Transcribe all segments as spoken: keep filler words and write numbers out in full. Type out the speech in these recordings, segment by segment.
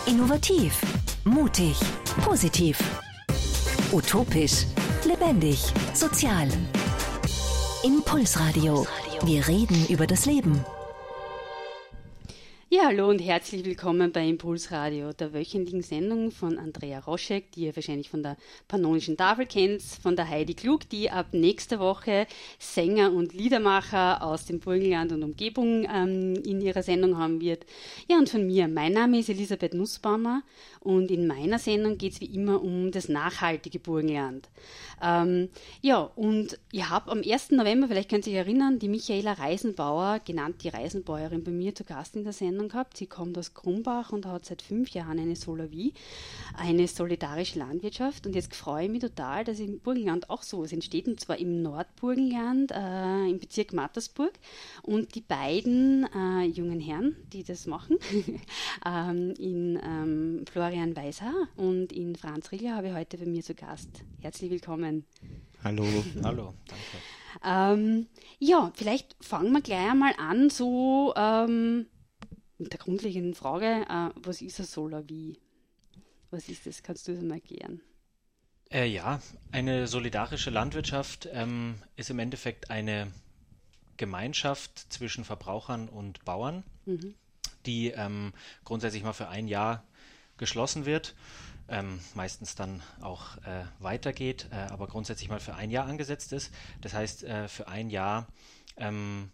Innovativ, mutig, positiv, utopisch, lebendig, sozial. Impulsradio. Wir reden über das Leben. Ja, hallo und herzlich willkommen bei Impulsradio, der wöchentlichen Sendung von Andrea Roschek, die ihr wahrscheinlich von der Pannonischen Tafel kennt, von der Heidi Klug, die ab nächster Woche Sänger und Liedermacher aus dem Burgenland und Umgebung ähm, in ihrer Sendung haben wird. Ja, und von mir, mein Name ist Elisabeth Nussbaumer und in meiner Sendung geht es wie immer um das nachhaltige Burgenland. Ähm, ja, und ich habe am ersten November, vielleicht könnt ihr euch erinnern, die Michaela Reisenbauer, genannt die Reisenbäuerin, bei mir zu Gast in der Sendung gehabt. Sie kommt aus Krumbach und hat seit fünf Jahren eine Solavie, eine solidarische Landwirtschaft. Und jetzt freue ich mich total, dass im Burgenland auch sowas entsteht, und zwar im Nordburgenland, äh, im Bezirk Mattersburg. Und die beiden äh, jungen Herren, die das machen, ähm, in ähm, Florian Weishaar und in Franz Rieger, habe ich heute bei mir zu Gast. Herzlich willkommen. Hallo. Hallo, danke. Ähm, ja, vielleicht fangen wir gleich einmal an, so ähm, mit der grundlegenden Frage, äh, was ist eine Solavie? Was ist das? Kannst du das mal erklären? Äh, ja, eine solidarische Landwirtschaft ähm, ist im Endeffekt eine Gemeinschaft zwischen Verbrauchern und Bauern, mhm. die ähm, grundsätzlich mal für ein Jahr geschlossen wird, ähm, meistens dann auch äh, weitergeht, äh, aber grundsätzlich mal für ein Jahr angesetzt ist. Das heißt, äh, für ein Jahr ähm,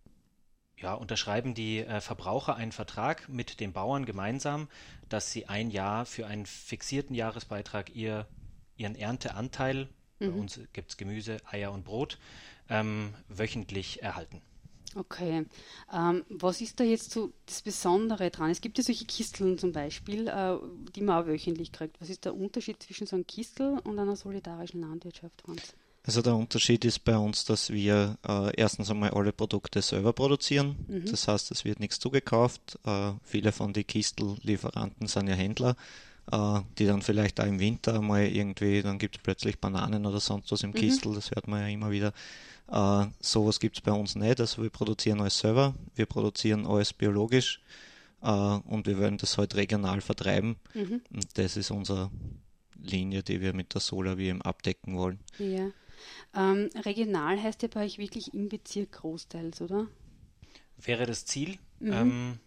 ja, unterschreiben die äh, Verbraucher einen Vertrag mit den Bauern gemeinsam, dass sie ein Jahr für einen fixierten Jahresbeitrag ihr, ihren Ernteanteil, mhm. bei uns gibt es Gemüse, Eier und Brot, ähm, wöchentlich erhalten. Okay. Ähm, was ist da jetzt so das Besondere dran? Es gibt ja solche Kisteln zum Beispiel, äh, die man auch wöchentlich kriegt. Was ist der Unterschied zwischen so einem Kistel und einer solidarischen Landwirtschaft, Hans? Also der Unterschied ist bei uns, dass wir äh, erstens einmal alle Produkte selber produzieren. Mhm. Das heißt, es wird nichts zugekauft. Äh, viele von den Kistel-Lieferanten sind ja Händler, äh, die dann vielleicht auch im Winter mal irgendwie, dann gibt es plötzlich Bananen oder sonst was im mhm. Kistel, das hört man ja immer wieder. Äh, sowas gibt es bei uns nicht. Also wir produzieren alles selber, wir produzieren alles biologisch äh, und wir wollen das halt regional vertreiben. Mhm. Und das ist unsere Linie, die wir mit der Solavie abdecken wollen. Ja. Ähm, regional heißt ja bei euch wirklich im Bezirk großteils, oder? Wäre das Ziel. Mhm. Ähm,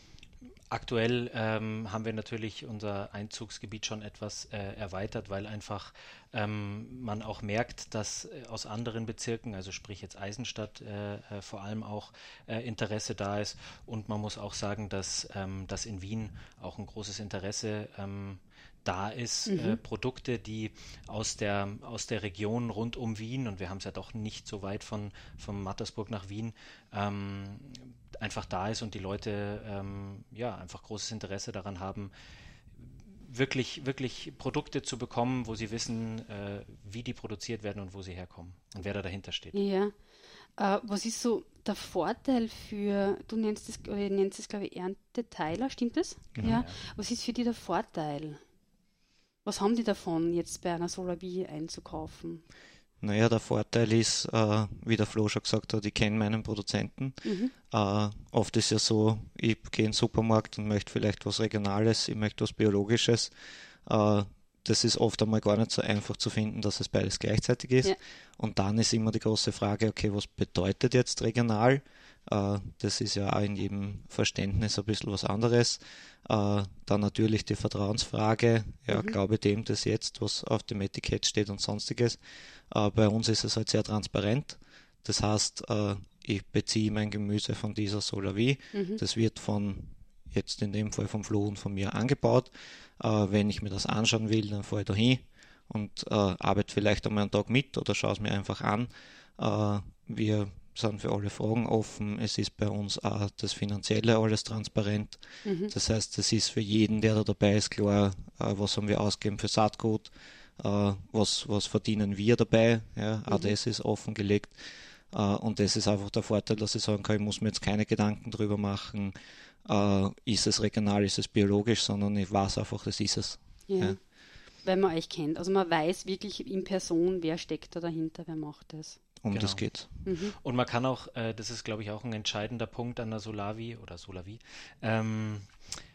aktuell ähm, haben wir natürlich unser Einzugsgebiet schon etwas äh, erweitert, weil einfach ähm, man auch merkt, dass äh, aus anderen Bezirken, also sprich jetzt Eisenstadt, äh, äh, vor allem auch äh, Interesse da ist. Und man muss auch sagen, dass, ähm, dass in Wien auch ein großes Interesse ähm, da ist, mhm. äh, Produkte, die aus der, aus der Region rund um Wien, und wir haben es ja doch nicht so weit von, von Mattersburg nach Wien, ähm, einfach da ist und die Leute ähm, ja einfach großes Interesse daran haben, wirklich, wirklich Produkte zu bekommen, wo sie wissen, äh, wie die produziert werden und wo sie herkommen und wer da dahinter steht. Ja. Äh, was ist so der Vorteil für, du nennst es, oder nennst es, glaube ich, Ernteteiler, stimmt das? Genau, ja. ja. Was ist für die der Vorteil? Was haben die davon, jetzt bei einer Solavie einzukaufen? Naja, der Vorteil ist, äh, wie der Flo schon gesagt hat, ich kenne meinen Produzenten. Mhm. Äh, oft ist ja so, ich gehe in den Supermarkt und möchte vielleicht was Regionales, ich möchte was Biologisches. Äh, das ist oft einmal gar nicht so einfach zu finden, dass es beides gleichzeitig ist. Ja. Und dann ist immer die große Frage, okay, was bedeutet jetzt regional? Äh, das ist ja auch in jedem Verständnis ein bisschen was anderes. Äh, dann natürlich die Vertrauensfrage, ja, mhm. glaube dem das jetzt, was auf dem Etikett steht und sonstiges. Äh, bei uns ist es halt sehr transparent. Das heißt, äh, ich beziehe mein Gemüse von dieser Solavie. Mhm. Das wird von, jetzt in dem Fall vom Flo und von mir angebaut. Äh, wenn ich mir das anschauen will, dann fahre ich da hin und äh, arbeite vielleicht einmal einen Tag mit oder schaue es mir einfach an. Äh, wir sind für alle Fragen offen. Es ist bei uns auch das Finanzielle alles transparent. Mhm. Das heißt, es ist für jeden, der da dabei ist, klar, äh, was haben wir ausgegeben für Saatgut, äh, was, was verdienen wir dabei. Ja, mhm. Auch das ist offengelegt. Äh, und das ist einfach der Vorteil, dass ich sagen kann, ich muss mir jetzt keine Gedanken drüber machen, äh, ist es regional, ist es biologisch, sondern ich weiß einfach, das ist es. Ja. Ja. Weil man euch kennt. Also man weiß wirklich in Person, wer steckt da dahinter, wer macht das. Um genau. das geht. Mhm. Und man kann auch, äh, das ist glaube ich auch ein entscheidender Punkt an der Solavie oder Solavie, ähm,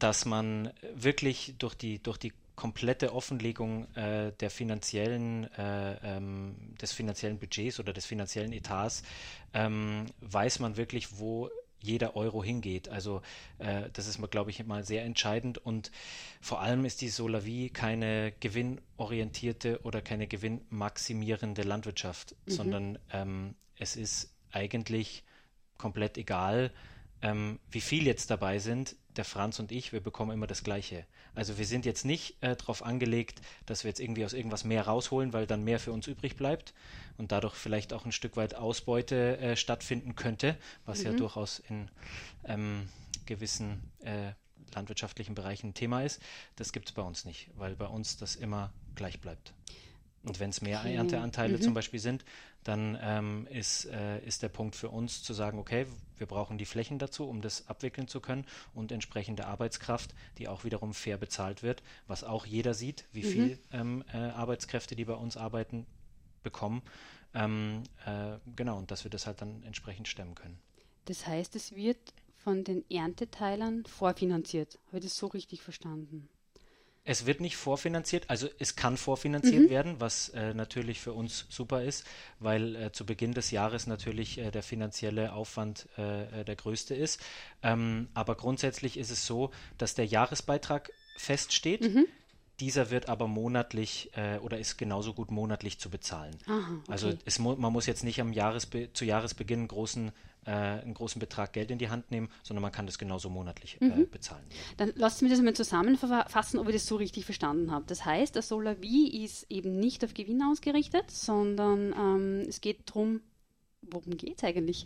dass man wirklich durch die, durch die komplette Offenlegung äh, der finanziellen, äh, ähm, des finanziellen Budgets oder des finanziellen Etats ähm, weiß man wirklich, wo jeder Euro hingeht. Also äh, das ist, glaube ich, mal sehr entscheidend und vor allem ist die Solavi keine gewinnorientierte oder keine gewinnmaximierende Landwirtschaft, mhm. sondern ähm, es ist eigentlich komplett egal, ähm, wie viel jetzt dabei sind. Der Franz und ich, wir bekommen immer das Gleiche. Also wir sind jetzt nicht äh, darauf angelegt, dass wir jetzt irgendwie aus irgendwas mehr rausholen, weil dann mehr für uns übrig bleibt und dadurch vielleicht auch ein Stück weit Ausbeute äh, stattfinden könnte, was mhm. ja durchaus in ähm, gewissen äh, landwirtschaftlichen Bereichen ein Thema ist. Das gibt es bei uns nicht, weil bei uns das immer gleich bleibt. Und wenn es mehr okay. Ernteanteile mhm. zum Beispiel sind, dann ähm, ist, äh, ist der Punkt für uns zu sagen, okay, wir brauchen die Flächen dazu, um das abwickeln zu können und entsprechende Arbeitskraft, die auch wiederum fair bezahlt wird, was auch jeder sieht, wie mhm. viel ähm, äh, Arbeitskräfte, die bei uns arbeiten, bekommen. Ähm, äh, genau, und dass wir das halt dann entsprechend stemmen können. Das heißt, es wird von den Ernteteilern vorfinanziert. Habe ich das so richtig verstanden? Es wird nicht vorfinanziert, also es kann vorfinanziert mhm. werden, was äh, natürlich für uns super ist, weil äh, zu Beginn des Jahres natürlich äh, der finanzielle Aufwand äh, der größte ist. Ähm, aber grundsätzlich ist es so, dass der Jahresbeitrag feststeht. Mhm. Dieser wird aber monatlich äh, oder ist genauso gut monatlich zu bezahlen. Aha, okay. Also es mu- man muss jetzt nicht am Jahresbe- zu Jahresbeginn einen großen äh, einen großen Betrag Geld in die Hand nehmen, sondern man kann das genauso monatlich äh, mhm. bezahlen. Ja. Dann lasst mich das mal zusammenfassen, ob ich das so richtig verstanden habe. Das heißt, der Solavi ist eben nicht auf Gewinn ausgerichtet, sondern ähm, es geht darum, worum geht es eigentlich?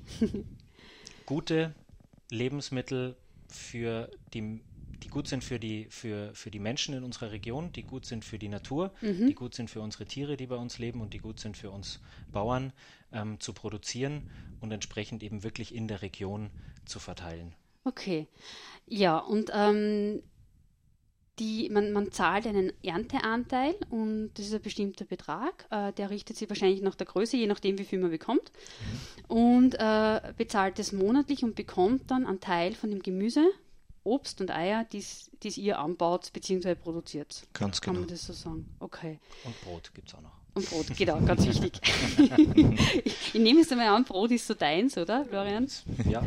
Gute Lebensmittel für die die gut sind für die, für, für die Menschen in unserer Region, die gut sind für die Natur, mhm. die gut sind für unsere Tiere, die bei uns leben und die gut sind für uns Bauern ähm, zu produzieren und entsprechend eben wirklich in der Region zu verteilen. Okay, ja und ähm, die, man, man zahlt einen Ernteanteil und das ist ein bestimmter Betrag, äh, der richtet sich wahrscheinlich nach der Größe, je nachdem wie viel man bekommt mhm. und äh, bezahlt das monatlich und bekommt dann einen Teil von dem Gemüse, Obst und Eier, die es ihr anbaut bzw. produziert. Ganz Kann genau. man das so sagen? Okay. Und Brot gibt es auch noch. Und Brot, genau, ganz wichtig. ich, ich nehme es einmal an, Brot ist so deins, oder, Florian? Ja,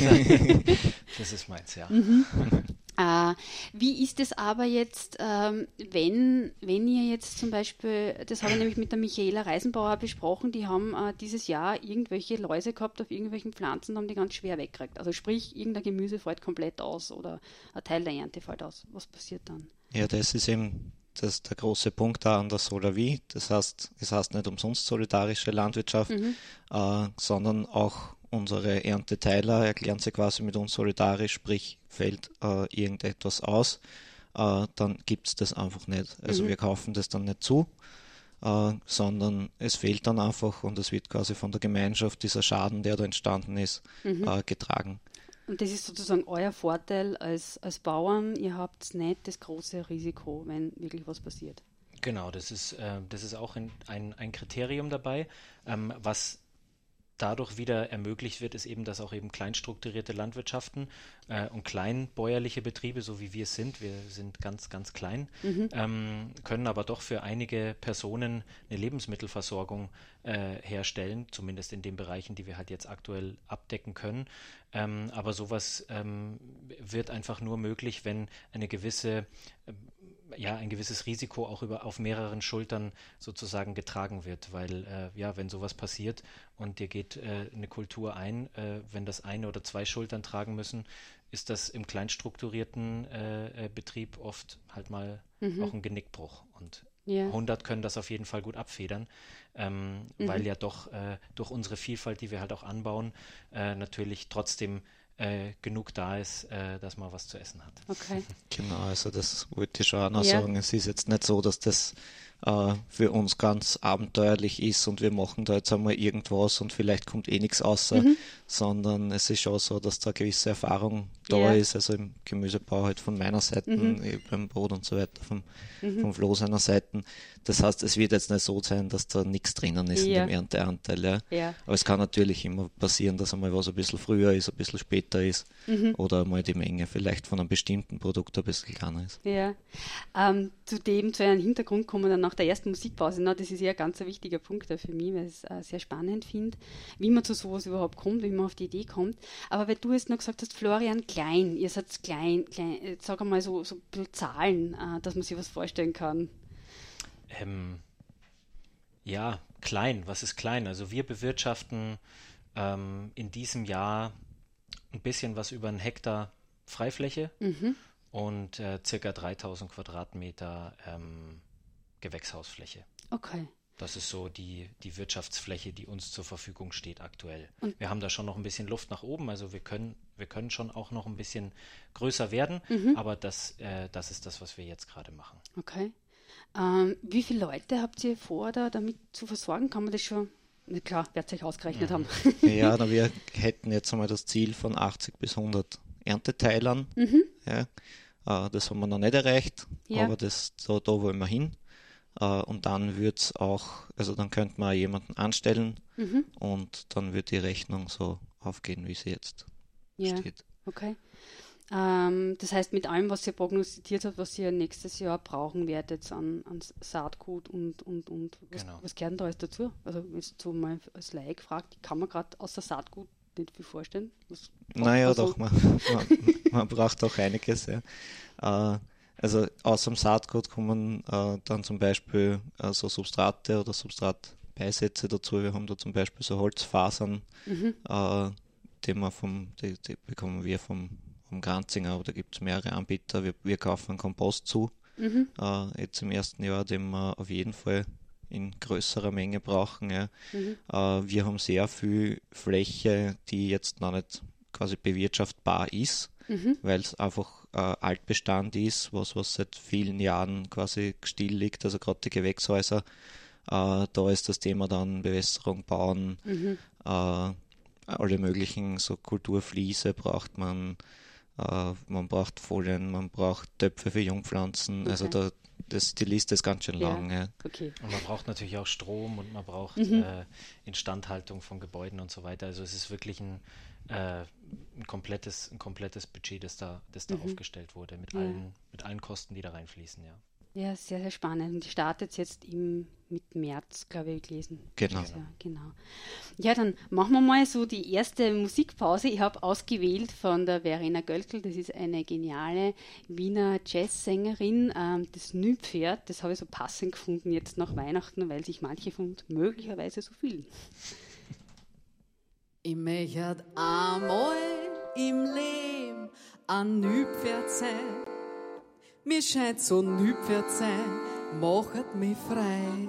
das ist meins, ja. Mhm. Äh, wie ist es aber jetzt, ähm, wenn, wenn ihr jetzt zum Beispiel, das habe ich nämlich mit der Michaela Reisenbauer besprochen, die haben äh, dieses Jahr irgendwelche Läuse gehabt auf irgendwelchen Pflanzen, haben die ganz schwer weggekriegt. Also sprich, irgendein Gemüse fällt komplett aus oder ein Teil der Ernte fällt aus. Was passiert dann? Ja, das ist eben das, der große Punkt da an der Solavi. Das heißt, es heißt nicht umsonst solidarische Landwirtschaft, mhm. äh, sondern auch unsere Ernteteiler erklären sie quasi mit uns solidarisch, sprich fällt äh, irgendetwas aus, äh, dann gibt es das einfach nicht. Also mhm. wir kaufen das dann nicht zu, äh, sondern es fehlt dann einfach und es wird quasi von der Gemeinschaft dieser Schaden, der da entstanden ist, mhm. äh, getragen. Und das ist sozusagen euer Vorteil als, als Bauern, ihr habt nicht das große Risiko, wenn wirklich was passiert. Genau, das ist, äh, das ist auch ein, ein, ein Kriterium dabei, ähm, was dadurch wieder ermöglicht wird, ist eben, dass auch eben kleinstrukturierte Landwirtschaften äh, und kleinbäuerliche Betriebe, so wie wir es sind, wir sind ganz, ganz klein, mhm. ähm, können aber doch für einige Personen eine Lebensmittelversorgung äh, herstellen, zumindest in den Bereichen, die wir halt jetzt aktuell abdecken können. Ähm, aber sowas ähm, wird einfach nur möglich, wenn eine gewisse äh, ja, ein gewisses Risiko auch über, auf mehreren Schultern sozusagen getragen wird, weil äh, ja, wenn sowas passiert und dir geht äh, eine Kultur ein, äh, wenn das eine oder zwei Schultern tragen müssen, ist das im kleinstrukturierten äh, äh, Betrieb oft halt mal mhm. auch ein Genickbruch und ja. hundert können das auf jeden Fall gut abfedern, ähm, mhm. weil ja doch äh, durch unsere Vielfalt, die wir halt auch anbauen, äh, natürlich trotzdem Äh, genug da ist, äh, dass man was zu essen hat. Okay. Genau, also das wollte ich schon auch noch ja. sagen. Es ist jetzt nicht so, dass das äh, für uns ganz abenteuerlich ist und wir machen da jetzt einmal irgendwas und vielleicht kommt eh nichts außer, mhm. sondern es ist schon so, dass da eine gewisse Erfahrung da ja. ist, also im Gemüsebau halt von meiner Seite, mhm. beim Brot und so weiter, vom, mhm. vom Flo seiner Seite. Das heißt, es wird jetzt nicht so sein, dass da nichts drinnen ist ja. in dem Ernteanteil. Ja. Ja. Aber es kann natürlich immer passieren, dass einmal was ein bisschen früher ist, ein bisschen später ist mhm. oder mal die Menge vielleicht von einem bestimmten Produkt ein bisschen kleiner ist. Ja, ähm, zudem zu einem Hintergrund kommen dann nach der ersten Musikpause. Na, das ist ja ein ganz wichtiger Punkt für mich, weil ich es äh, sehr spannend finde, wie man zu sowas überhaupt kommt, wie man auf die Idee kommt. Aber weil du jetzt noch gesagt hast, Florian, klein, ihr seid klein, klein sag einmal so, so ein bisschen Zahlen, äh, dass man sich was vorstellen kann. Ähm, ja, klein, was ist klein? Also wir bewirtschaften ähm, in diesem Jahr ein bisschen was über einen Hektar Freifläche mhm. und äh, circa dreitausend Quadratmeter ähm, Gewächshausfläche. Okay. Das ist so die, die Wirtschaftsfläche, die uns zur Verfügung steht aktuell. Und wir haben da schon noch ein bisschen Luft nach oben, also wir können, wir können schon auch noch ein bisschen größer werden, mhm. aber das, äh, das ist das, was wir jetzt gerade machen. Okay. Ähm, wie viele Leute habt ihr vor, da damit zu versorgen? Kann man das schon, na klar, werdet ihr euch ausgerechnet mhm. haben. Ja, na, wir hätten jetzt einmal das Ziel von achtzig bis hundert Ernteteilern. Mhm. Ja, äh, das haben wir noch nicht erreicht, ja. aber das, da, da wollen wir hin. Uh, und dann wird es auch, also dann könnte man jemanden anstellen mhm. und dann wird die Rechnung so aufgehen, wie sie jetzt ja. steht. Okay. Ähm, das heißt, mit allem, was ihr prognostiziert habt, was ihr nächstes Jahr brauchen werdet an, an Saatgut und, und, und was, genau. was gehört denn da alles dazu? Also wenn du mal als Laie gefragt, kann man gerade außer Saatgut nicht viel vorstellen? Was naja, also doch, man, man, man braucht auch einiges. Ja. Uh, Also aus dem Saatgut kommen äh, dann zum Beispiel äh, so Substrate oder Substratbeisätze dazu. Wir haben da zum Beispiel so Holzfasern, mhm. äh, die, wir vom, die, die bekommen wir vom, vom Granzinger, aber da gibt es mehrere Anbieter. Wir, wir kaufen Kompost zu, mhm. äh, jetzt im ersten Jahr, den wir auf jeden Fall in größerer Menge brauchen. Ja. Mhm. Äh, wir haben sehr viel Fläche, die jetzt noch nicht quasi bewirtschaftbar ist, mhm. weil es einfach äh, Altbestand ist, was, was seit vielen Jahren quasi still liegt, also gerade die Gewächshäuser, äh, da ist das Thema dann Bewässerung bauen, mhm. äh, alle möglichen so Kulturfliese braucht man, äh, man braucht Folien, man braucht Töpfe für Jungpflanzen, okay. also da, das, die Liste ist ganz schön ja. lang. Ja. Okay. Und man braucht natürlich auch Strom und man braucht mhm. äh, Instandhaltung von Gebäuden und so weiter, also es ist wirklich ein Äh, ein komplettes, ein komplettes Budget, das da, das da mhm. aufgestellt wurde, mit, ja. allen, mit allen Kosten, die da reinfließen, ja. Ja, sehr, sehr spannend. Und die startet jetzt im, mit März, glaube ich, gelesen. Genau. Ja, genau. Ja, dann machen wir mal so die erste Musikpause. Ich habe ausgewählt von der Verena Gölltl, das ist eine geniale Wiener Jazzsängerin, ähm, das Nüpferd, das habe ich so passend gefunden jetzt nach Weihnachten, weil sich manche von uns möglicherweise so fühlen. Ich möchte einmal im Leben ein Nüpferd sein. Mir scheint so Nüpferd sein, macht mich frei.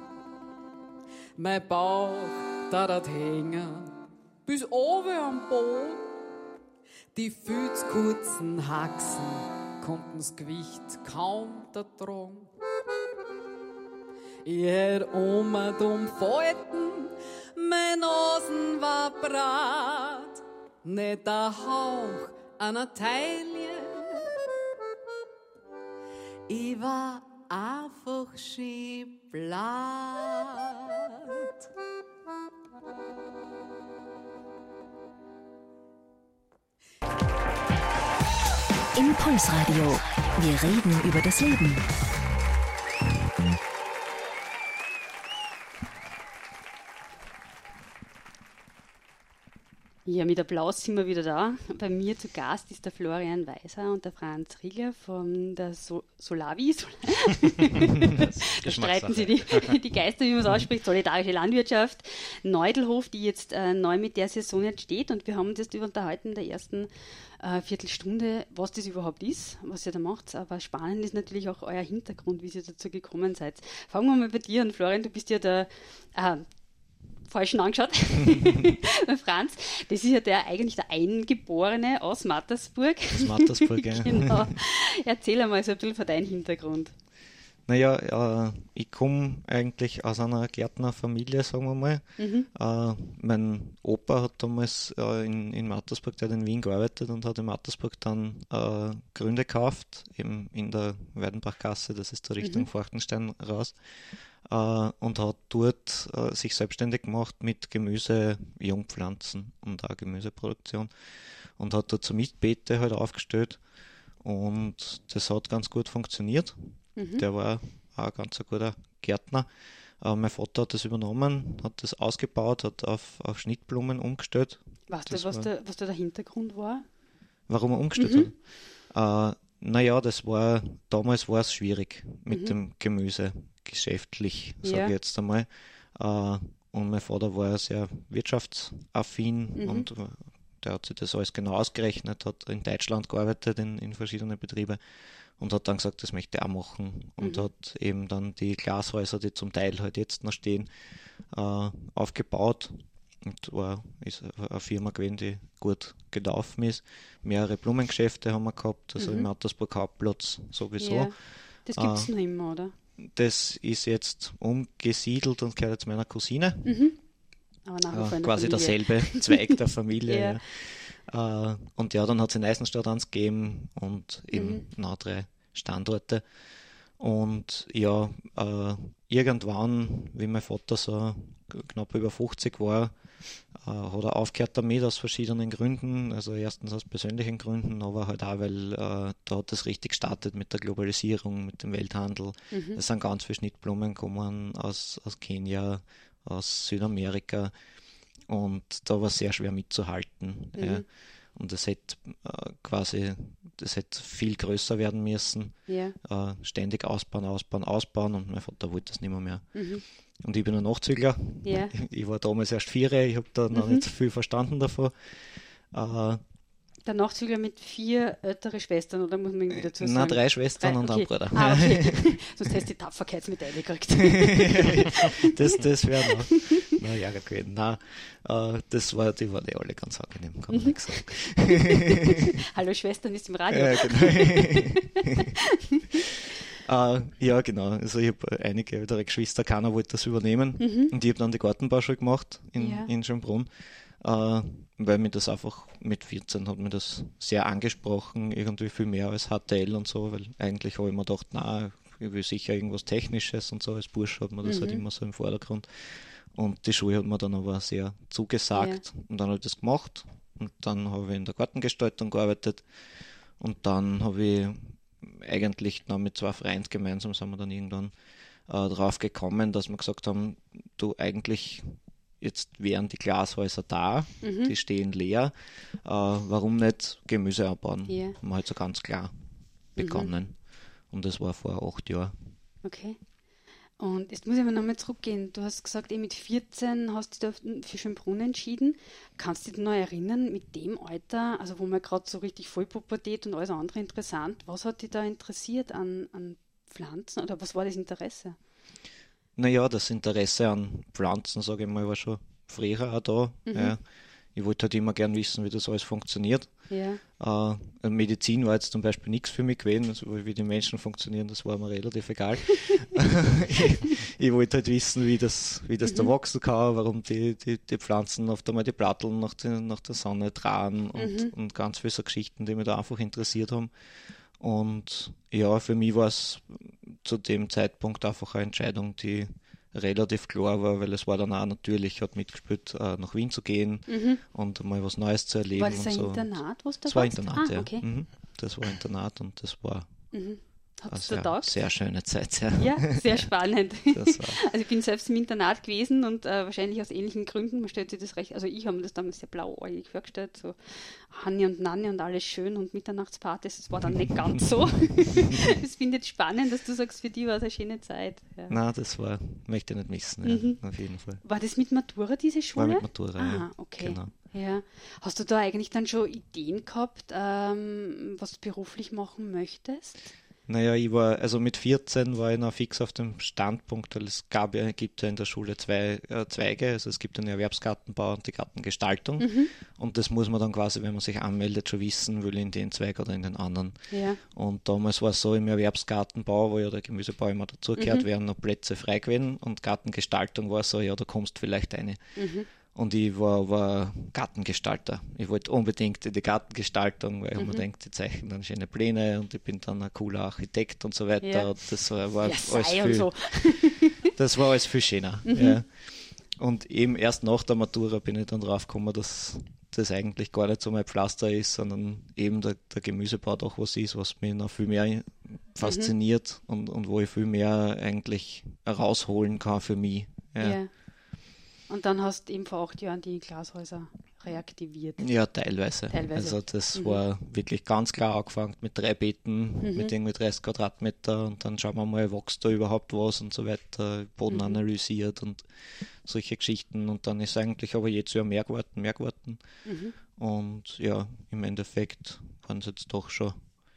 Mein Bauch, da dat hängen, bis oben am Boden. Die viel zu kurzen Haxen konnten das Gewicht kaum da tragen. Ich hätt oma dumm Falten, mein Nasen war brat, nicht der Hauch einer Taille. Ich war einfach schön blatt. Impulsradio. Wir reden über das Leben. Ja, mit Applaus sind wir wieder da. Bei mir zu Gast ist der Florian Weiser und der Franz Riegler von der so- Solavi. Da streiten sie die, die Geister, wie man es ausspricht. Solidarische Landwirtschaft, Neudelhof, die jetzt äh, neu mit der Saison jetzt steht. Und wir haben uns jetzt unterhalten in der ersten äh, Viertelstunde, was das überhaupt ist, was ihr da macht. Aber spannend ist natürlich auch euer Hintergrund, wie ihr dazu gekommen seid. Fangen wir mal bei dir an, Florian. Du bist ja der... Äh, falschen angeschaut. Franz, das ist ja der eigentlich der Eingeborene aus Mattersburg. Aus Mattersburg, ja. Genau. Erzähl einmal so ein bisschen von deinem Hintergrund. Naja, äh, ich komme eigentlich aus einer Gärtnerfamilie, sagen wir mal. Mhm. Äh, mein Opa hat damals äh, in, in Mattersburg, der hat in Wien gearbeitet und hat in Mattersburg dann äh, Gründe gekauft, eben in der Weidenbachgasse, das ist der Richtung Mhm. Forchtenstein raus, äh, und hat dort äh, sich selbstständig gemacht mit Gemüse, Jungpflanzen und auch Gemüseproduktion und hat dort so Mietbeete halt aufgestellt und das hat ganz gut funktioniert. Mhm. Der war auch ein ganz guter Gärtner. Äh, mein Vater hat das übernommen, hat das ausgebaut, hat auf, auf Schnittblumen umgestellt. Weißt du, Das was war- der, was da der Hintergrund war? Warum er umgestellt Mhm. hat? Äh, naja, das war, damals war es schwierig mit Mhm. dem Gemüse, geschäftlich, sage Ja. ich jetzt einmal. Äh, und mein Vater war ja sehr wirtschaftsaffin Mhm. und äh, der hat sich das alles genau ausgerechnet, hat in Deutschland gearbeitet, in, in verschiedenen Betrieben und hat dann gesagt, das möchte er auch machen und Mhm. hat eben dann die Glashäuser, die zum Teil halt jetzt noch stehen, äh, aufgebaut und war, ist eine Firma gewesen, die gut gelaufen ist. Mehrere Blumengeschäfte haben wir gehabt, also Mhm. im Mattersburg Hauptplatz sowieso. Ja. Das gibt es Ah. noch immer, oder? Das ist jetzt umgesiedelt und gehört jetzt meiner Cousine. Mhm. Aber nach wie Ja, vor in der quasi Familie. derselbe Zweig der Familie. Ja. ja. Äh, und ja, dann hat es in Eisenstadt eins gegeben und eben Mhm. noch drei Standorte. Und ja, äh, irgendwann, wie mein Vater so k- knapp über fünfzig war, äh, hat er aufgehört damit aus verschiedenen Gründen. Also erstens aus persönlichen Gründen, aber halt auch, weil äh, da hat das richtig gestartet mit der Globalisierung, mit dem Welthandel. Mhm. Es sind ganz viele Schnittblumen gekommen aus, aus Kenia, aus Südamerika und da war es sehr schwer mitzuhalten. Mhm. Ja. Und es hätte äh, quasi, das hätte viel größer werden müssen, Ja. äh, ständig ausbauen, ausbauen, ausbauen und mein Vater wollte das nicht mehr. mehr. Mhm. Und ich bin ein Nachzügler. Ja. Ich war damals erst vier, ich habe da noch Mhm. nicht so viel verstanden davon. Äh, Der Nachzügler mit vier ältere Schwestern, oder muss man irgendwie dazu sagen? na, drei Schwestern Drei, und okay. ein Bruder. Ah, okay. Sonst hättest du die Tapferkeitsmedaille gekriegt. das das wäre noch. Na ja, gewesen. Nein, äh, das war, die waren eh alle ganz angenehm, kann man Mhm. nicht sagen. Hallo Schwestern ist im Radio. Ja, genau. äh, ja, genau. Also ich habe einige ältere Geschwister, keiner wollte das übernehmen. Mhm. Und ich habe dann die Gartenbauschule gemacht in, Ja. in Schönbrunn, äh, weil mir das einfach mit vierzehn hat mir das sehr angesprochen, irgendwie viel mehr als H T L und so, weil eigentlich habe ich mir gedacht, na, ich will sicher irgendwas Technisches und so, als Bursch hat man das Mhm. halt immer so im Vordergrund. Und die Schule hat mir dann aber sehr zugesagt und dann habe ich das gemacht und dann habe ich in der Gartengestaltung gearbeitet und dann habe ich eigentlich noch mit zwei Freunden gemeinsam sind wir dann irgendwann äh, drauf gekommen, dass wir gesagt haben, du eigentlich jetzt wären die Glashäuser da, Mhm. die stehen leer, äh, warum nicht Gemüse anbauen? Ja. Haben wir halt so ganz klar begonnen und das war vor acht Jahren. Okay. Und jetzt muss ich aber nochmal zurückgehen. Du hast gesagt, eh mit vierzehn hast du dich für Schönbrunn entschieden. Kannst du dich noch erinnern, mit dem Alter, also wo man gerade so richtig Vollpubertät und alles andere interessant, was hat dich da interessiert an, an Pflanzen oder was war das Interesse? Naja, das Interesse an Pflanzen, sage ich mal, war schon früher auch da. Mhm. Ja. Ich wollte halt immer gern wissen, wie das alles funktioniert. Ja. Äh, Medizin war jetzt zum Beispiel nichts für mich gewesen, also wie die Menschen funktionieren, das war mir relativ egal. ich, ich wollte halt wissen, wie das, wie das Mhm. da wachsen kann, warum die, die, die Pflanzen oft einmal die Platteln nach, den, nach der Sonne tragen und, Mhm. und ganz viele so Geschichten, die mich da einfach interessiert haben. Und ja, für mich war es zu dem Zeitpunkt einfach eine Entscheidung, die relativ klar war, weil es war dann auch natürlich, hat mitgespielt, äh, nach Wien zu gehen Mhm. und mal was Neues zu erleben. War das und ein so. Internat, was du Das war warst? Internat, ah, ja. okay. Mhm. Das war Internat und das war Mhm. Hat eine es dir sehr, taugt? sehr schöne Zeit. Ja. Ja, sehr spannend. Das war, Also ich bin selbst im Internat gewesen und äh, wahrscheinlich aus ähnlichen Gründen, man stellt sich das recht, also ich habe mir das damals sehr blauäugig vorgestellt, so Hanni und Nanni und alles schön und Mitternachtspartys, das war dann nicht ganz so. Das finde ich spannend, dass du sagst, für die war es eine schöne Zeit. Ja. nein, das war, möchte ich nicht missen, ja, Mhm. auf jeden Fall. War das mit Matura, diese War Schule? mit Matura, Ah, ja. okay. Genau. Ja. Hast du da eigentlich dann schon Ideen gehabt, ähm, was du beruflich machen möchtest? Naja, ich war, also mit vierzehn war ich noch fix auf dem Standpunkt, weil es gab ja, gibt ja in der Schule zwei äh, Zweige, also es gibt den Erwerbsgartenbau und die Gartengestaltung Mhm. und das muss man dann quasi, wenn man sich anmeldet, schon wissen, will ich in den Zweig oder in den anderen. Ja. Und damals war es so, im Erwerbsgartenbau, wo ja der Gemüsebau immer dazugehört, Mhm. wären noch Plätze frei gewesen und Gartengestaltung war so, ja, da kommst vielleicht eine. Mhm. Und ich war, war Gartengestalter. Ich wollte unbedingt in die Gartengestaltung, weil ich Mhm. mir denke, die zeichnen dann schöne Pläne und ich bin dann ein cooler Architekt und so weiter. Ja. Und das war, war Ja, alles sei und viel, so. das war alles viel schöner. Mhm. Ja. Und eben erst nach der Matura bin ich dann drauf gekommen, dass das eigentlich gar nicht so mein Pflaster ist, sondern eben der, der Gemüsebau doch was ist, was mich noch viel mehr fasziniert Mhm. und, und wo ich viel mehr eigentlich rausholen kann für mich. Ja. Ja. Und dann hast du eben vor acht Jahren die Glashäuser reaktiviert. Ja, teilweise. Teilweise. Also das Mhm. war wirklich ganz klar angefangen mit drei Beeten, Mhm. mit irgendwie dreißig Quadratmeter und dann schauen wir mal, wächst da überhaupt was und so weiter, Boden Mhm. analysiert und solche Geschichten und dann ist eigentlich aber jedes Jahr mehr geworden, mehr geworden Mhm. und ja, im Endeffekt waren es jetzt doch schon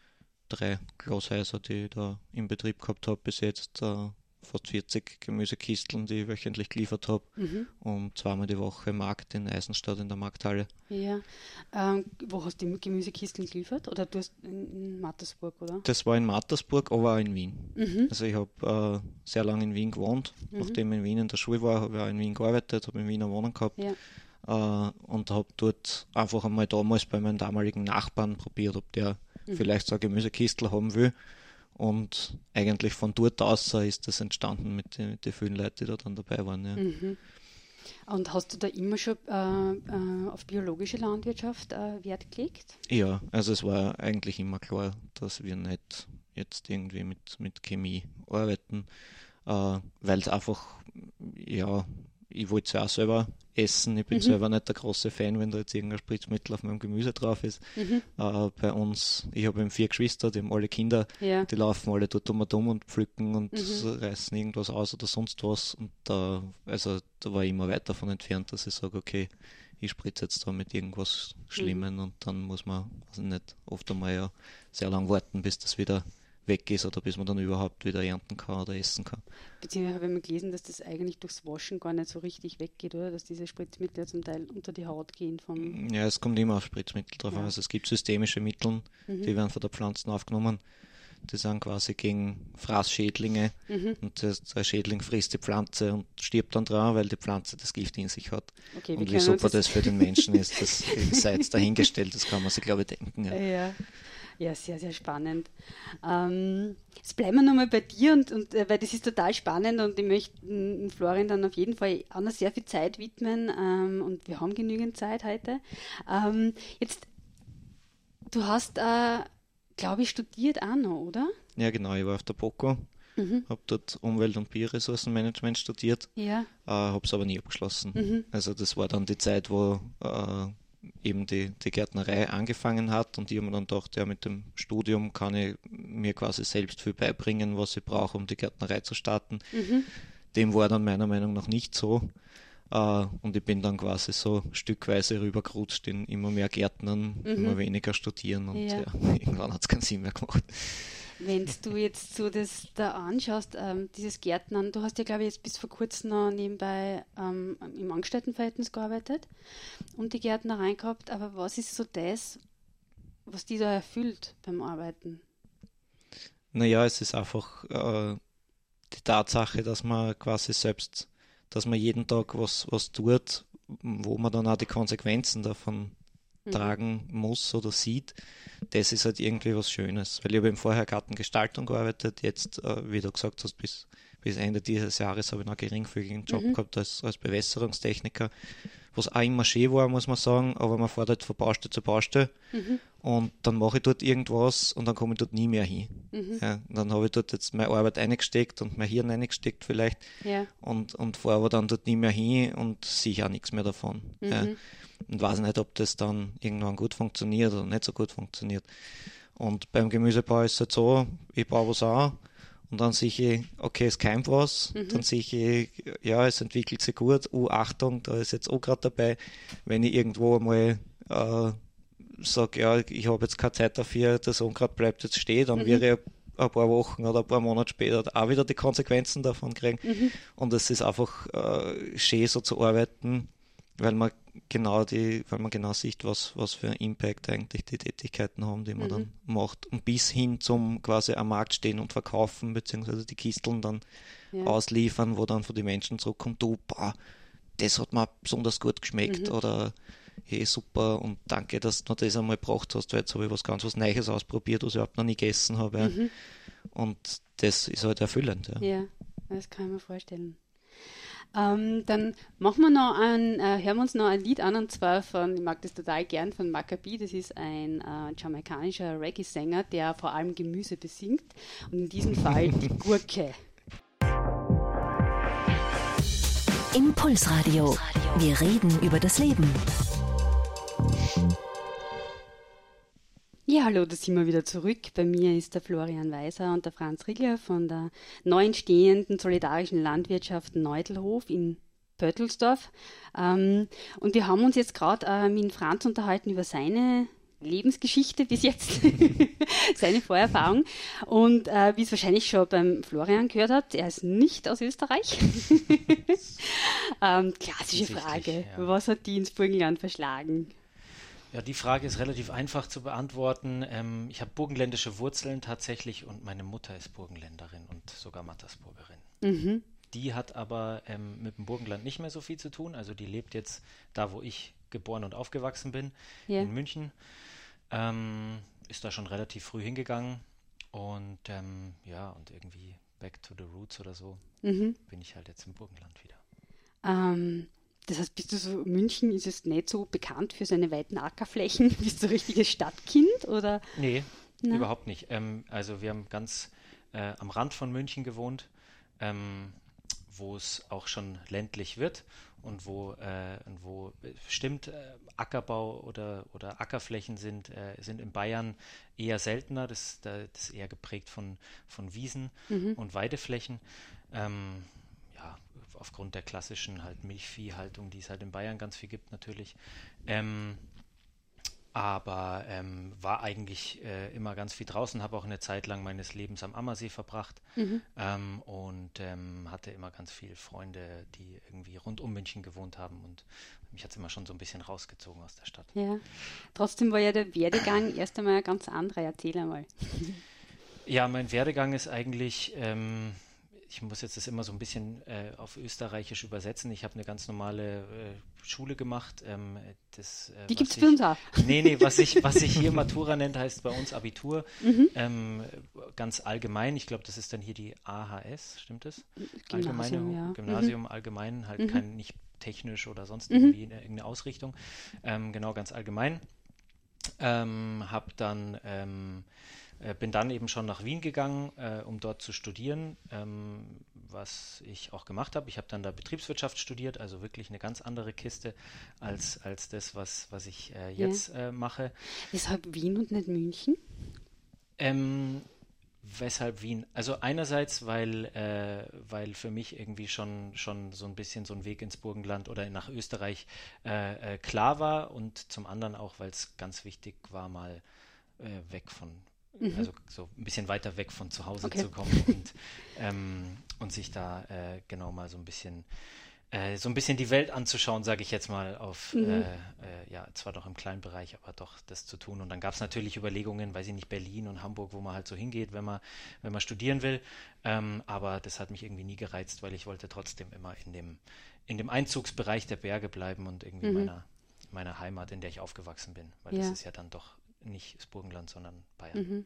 drei Glashäuser, die ich da im Betrieb gehabt habe bis jetzt, äh, fast vierzig Gemüsekisteln, die ich wöchentlich geliefert habe Mhm. und zweimal die Woche Markt in Eisenstadt in der Markthalle. Ja. Ähm, wo hast du die Gemüsekisteln geliefert? Oder du hast in, in Mattersburg, oder? Das war in Mattersburg, aber auch in Wien. Mhm. Also ich habe äh, sehr lange in Wien gewohnt. Mhm. Nachdem ich in Wien in der Schule war, habe ich auch in Wien gearbeitet, habe in Wien eine Wohnung gehabt Ja. äh, und habe dort einfach einmal damals bei meinem damaligen Nachbarn probiert, ob der Mhm. vielleicht so eine Gemüsekistel haben will. Und eigentlich von dort aus ist das entstanden mit den, mit den vielen Leuten, die da dann dabei waren. Ja. Mhm. Und hast du da immer schon äh, äh, auf biologische Landwirtschaft äh, Wert gelegt? Ja, also es war eigentlich immer klar, dass wir nicht jetzt irgendwie mit, mit Chemie arbeiten, äh, weil es einfach, ja, ich wollte es ja auch selber essen. Ich bin Mhm. selber nicht der große Fan, wenn da jetzt irgendein Spritzmittel auf meinem Gemüse drauf ist. Mhm. Äh, bei uns, ich habe eben vier Geschwister, die haben alle Kinder, Ja. die laufen alle dort um und um und pflücken und Mhm. reißen irgendwas aus oder sonst was. Und da, also da war ich immer weit davon entfernt, dass ich sage, okay, ich spritze jetzt da mit irgendwas Schlimmen und dann muss man, also nicht, oft einmal ja sehr lang warten, bis das wieder weg ist oder bis man dann überhaupt wieder ernten kann oder essen kann. Beziehungsweise habe ich mal gelesen, dass das eigentlich durchs Waschen gar nicht so richtig weggeht, oder? Dass diese Spritzmittel zum Teil unter die Haut gehen. Vom Ja, es kommt immer auf Spritzmittel drauf an. Ja. Also es gibt systemische Mittel, Mhm. die werden von der Pflanze aufgenommen. Die sind quasi gegen Fraßschädlinge Mhm. und das, der Schädling frisst die Pflanze und stirbt dann dran, weil die Pflanze das Gift in sich hat. Okay, wir Und wie können uns super das- das für den Menschen ist, das sei jetzt dahingestellt, das kann man sich, glaube ich, denken. Ja. Ja. Ja, sehr, sehr spannend. Ähm, jetzt bleiben wir nochmal bei dir, und, und äh, weil das ist total spannend und ich möchte mm, Florian dann auf jeden Fall auch noch sehr viel Zeit widmen ähm, und wir haben genügend Zeit heute. Ähm, jetzt, du hast, äh, glaube ich, studiert auch noch, oder? Ja, genau, ich war auf der BOKU, Mhm. habe dort Umwelt- und Bioressourcenmanagement studiert, Ja. äh, habe es aber nie abgeschlossen. Mhm. Also das war dann die Zeit, wo äh, eben die, die Gärtnerei angefangen hat und ich habe mir dann gedacht, ja, mit dem Studium kann ich mir quasi selbst viel beibringen, was ich brauche, um die Gärtnerei zu starten. Mhm. Dem war dann meiner Meinung nach nicht so. Uh, und ich bin dann quasi so stückweise rübergerutscht in immer mehr Gärtnern, Mhm. immer weniger studieren und Ja. ja. irgendwann hat es keinen Sinn mehr gemacht. Wenn du jetzt so das da anschaust, ähm, dieses Gärtnern, du hast ja, glaube ich, jetzt bis vor kurzem noch nebenbei ähm, im Angestelltenverhältnis gearbeitet und die Gärtnerei gehabt, aber was ist so das, was dich da erfüllt beim Arbeiten? Naja, es ist einfach äh, die Tatsache, dass man quasi selbst, dass man jeden Tag was, was tut, wo man dann auch die Konsequenzen davon Mhm. tragen muss oder sieht, das ist halt irgendwie was Schönes. Weil ich habe eben vorher Gartengestaltung gearbeitet, jetzt, äh, wie du gesagt hast, bis, bis Ende dieses Jahres habe ich noch einen geringfügigen Job Mhm. gehabt als, als Bewässerungstechniker, was auch immer schön war, muss man sagen, aber man fährt halt von Baustelle zu Baustelle Mhm. und dann mache ich dort irgendwas und dann komme ich dort nie mehr hin. Mhm. Ja, und dann habe ich dort jetzt meine Arbeit eingesteckt und mein Hirn eingesteckt vielleicht Ja. und, und fahre aber dann dort nie mehr hin und sehe auch nichts mehr davon. Ja. Mhm. Und weiß nicht, ob das dann irgendwann gut funktioniert oder nicht so gut funktioniert. Und beim Gemüsebau ist es halt so, ich baue was an und dann sehe ich, okay, es keimt was, Mhm. dann sehe ich, ja, es entwickelt sich gut, oh, Achtung, da ist jetzt auch gerade dabei, wenn ich irgendwo einmal äh, sage, ja, ich habe jetzt keine Zeit dafür, das Unkraut bleibt jetzt stehen, dann Mhm. wäre ich ein paar Wochen oder ein paar Monate später auch wieder die Konsequenzen davon kriegen. Mhm. Und es ist einfach äh, schön, so zu arbeiten, weil man genau die, weil man genau sieht, was, was für einen Impact eigentlich die Tätigkeiten haben, die man mhm. dann macht. Und bis hin zum quasi am Markt stehen und verkaufen, beziehungsweise die Kisteln dann ja. ausliefern, wo dann von den Menschen zurückkommt, du, boah, das hat mir besonders gut geschmeckt mhm. oder hey, super und danke, dass du mir das einmal gebracht hast, weil jetzt habe ich was ganz was Neues ausprobiert, was ich überhaupt noch nie gegessen habe. Ja. Mhm. Und das ist halt erfüllend. Ja, ja, das kann ich mir vorstellen. Ähm, dann machen wir noch ein, äh, hören wir uns noch ein Lied an, und zwar von, ich mag das total gern, von Maccabi. Das ist ein äh, jamaikanischer Reggae-Sänger, der vor allem Gemüse besingt, und in diesem Fall die Gurke. Impulsradio. Wir reden über das Leben. Ja, hallo, da sind wir wieder zurück. Bei mir ist der Florian Weiser und der Franz Riegler von der neu entstehenden solidarischen Landwirtschaft Neudelhof in Pöttelsdorf. Ähm, und wir haben uns jetzt gerade äh, mit Franz unterhalten über seine Lebensgeschichte bis jetzt, seine Vorerfahrung. Und äh, wie es wahrscheinlich schon beim Florian gehört habt, er ist nicht aus Österreich. ähm, klassische Frage, ja. Was hat die ins Burgenland verschlagen? Ja, die Frage ist relativ einfach zu beantworten. Ähm, ich habe burgenländische Wurzeln tatsächlich und meine Mutter ist Burgenländerin und sogar Mattersburgerin. Mhm. Die hat aber ähm, mit dem Burgenland nicht mehr so viel zu tun. Also die lebt jetzt da, wo ich geboren und aufgewachsen bin, yeah. in München. Ähm, ist da schon relativ früh hingegangen und ähm, ja, und irgendwie back to the roots oder so mhm. bin ich halt jetzt im Burgenland wieder. Ähm, das heißt, bist du so, München ist es nicht so bekannt für seine weiten Ackerflächen? Bist du ein richtiges Stadtkind oder? Nee, Na? überhaupt nicht. Ähm, also wir haben ganz äh, am Rand von München gewohnt, ähm, wo es auch schon ländlich wird. Und wo, äh, wo stimmt, äh, Ackerbau oder, oder Ackerflächen sind, äh, sind in Bayern eher seltener. Das, das ist eher geprägt von, von Wiesen mhm. und Weideflächen. Ähm, ja, aufgrund der klassischen halt Milchviehhaltung, die es halt in Bayern ganz viel gibt natürlich. Ähm, aber ähm, war eigentlich äh, immer ganz viel draußen, habe auch eine Zeit lang meines Lebens am Ammersee verbracht mhm. ähm, und ähm, hatte immer ganz viele Freunde, die irgendwie rund um München gewohnt haben, und mich hat es immer schon so ein bisschen rausgezogen aus der Stadt. Ja, trotzdem war ja der Werdegang erst einmal ein ganz anderer. Erzähl einmal. Ja, mein Werdegang ist eigentlich... Ähm, Ich muss jetzt das immer so ein bisschen äh, auf Österreichisch übersetzen. Ich habe eine ganz normale äh, Schule gemacht. Ähm, das, äh, Die gibt es für uns auch. Nee, nee, was sich was ich hier Matura nennt, heißt bei uns Abitur. Mhm. Ähm, ganz allgemein. Ich glaube, das ist dann hier die A H S, stimmt das? Gymnasium, Allgemeine, ja. Gymnasium mhm. allgemein, halt mhm. kein, nicht technisch oder sonst mhm. irgendwie in irgendeine Ausrichtung. Ähm, genau, ganz allgemein. Ähm, habe dann... Ähm, Bin dann eben schon nach Wien gegangen, äh, um dort zu studieren, ähm, was ich auch gemacht habe. Ich habe dann da Betriebswirtschaft studiert, also wirklich eine ganz andere Kiste als, als das, was, was ich äh, jetzt ja. äh, mache. Weshalb Wien und nicht München? Ähm, weshalb Wien? Also einerseits, weil, äh, weil für mich irgendwie schon, schon so ein bisschen so ein Weg ins Burgenland oder nach Österreich äh, äh, klar war, und zum anderen auch, weil es ganz wichtig war, mal äh, weg von Mhm. also so ein bisschen weiter weg von zu Hause okay. zu kommen und, ähm, und sich da äh, genau mal so ein bisschen äh, so ein bisschen die Welt anzuschauen, sage ich jetzt mal, auf mhm. äh, äh, ja, zwar doch im kleinen Bereich, aber doch das zu tun. Und dann gab es natürlich Überlegungen, weiß ich nicht, Berlin und Hamburg, wo man halt so hingeht, wenn man, wenn man studieren will. Ähm, aber das hat mich irgendwie nie gereizt, weil ich wollte trotzdem immer in dem, in dem Einzugsbereich der Berge bleiben und irgendwie mhm. meiner, meiner Heimat, in der ich aufgewachsen bin. Weil ja. das ist ja dann doch nicht das Burgenland, sondern Bayern. Mhm.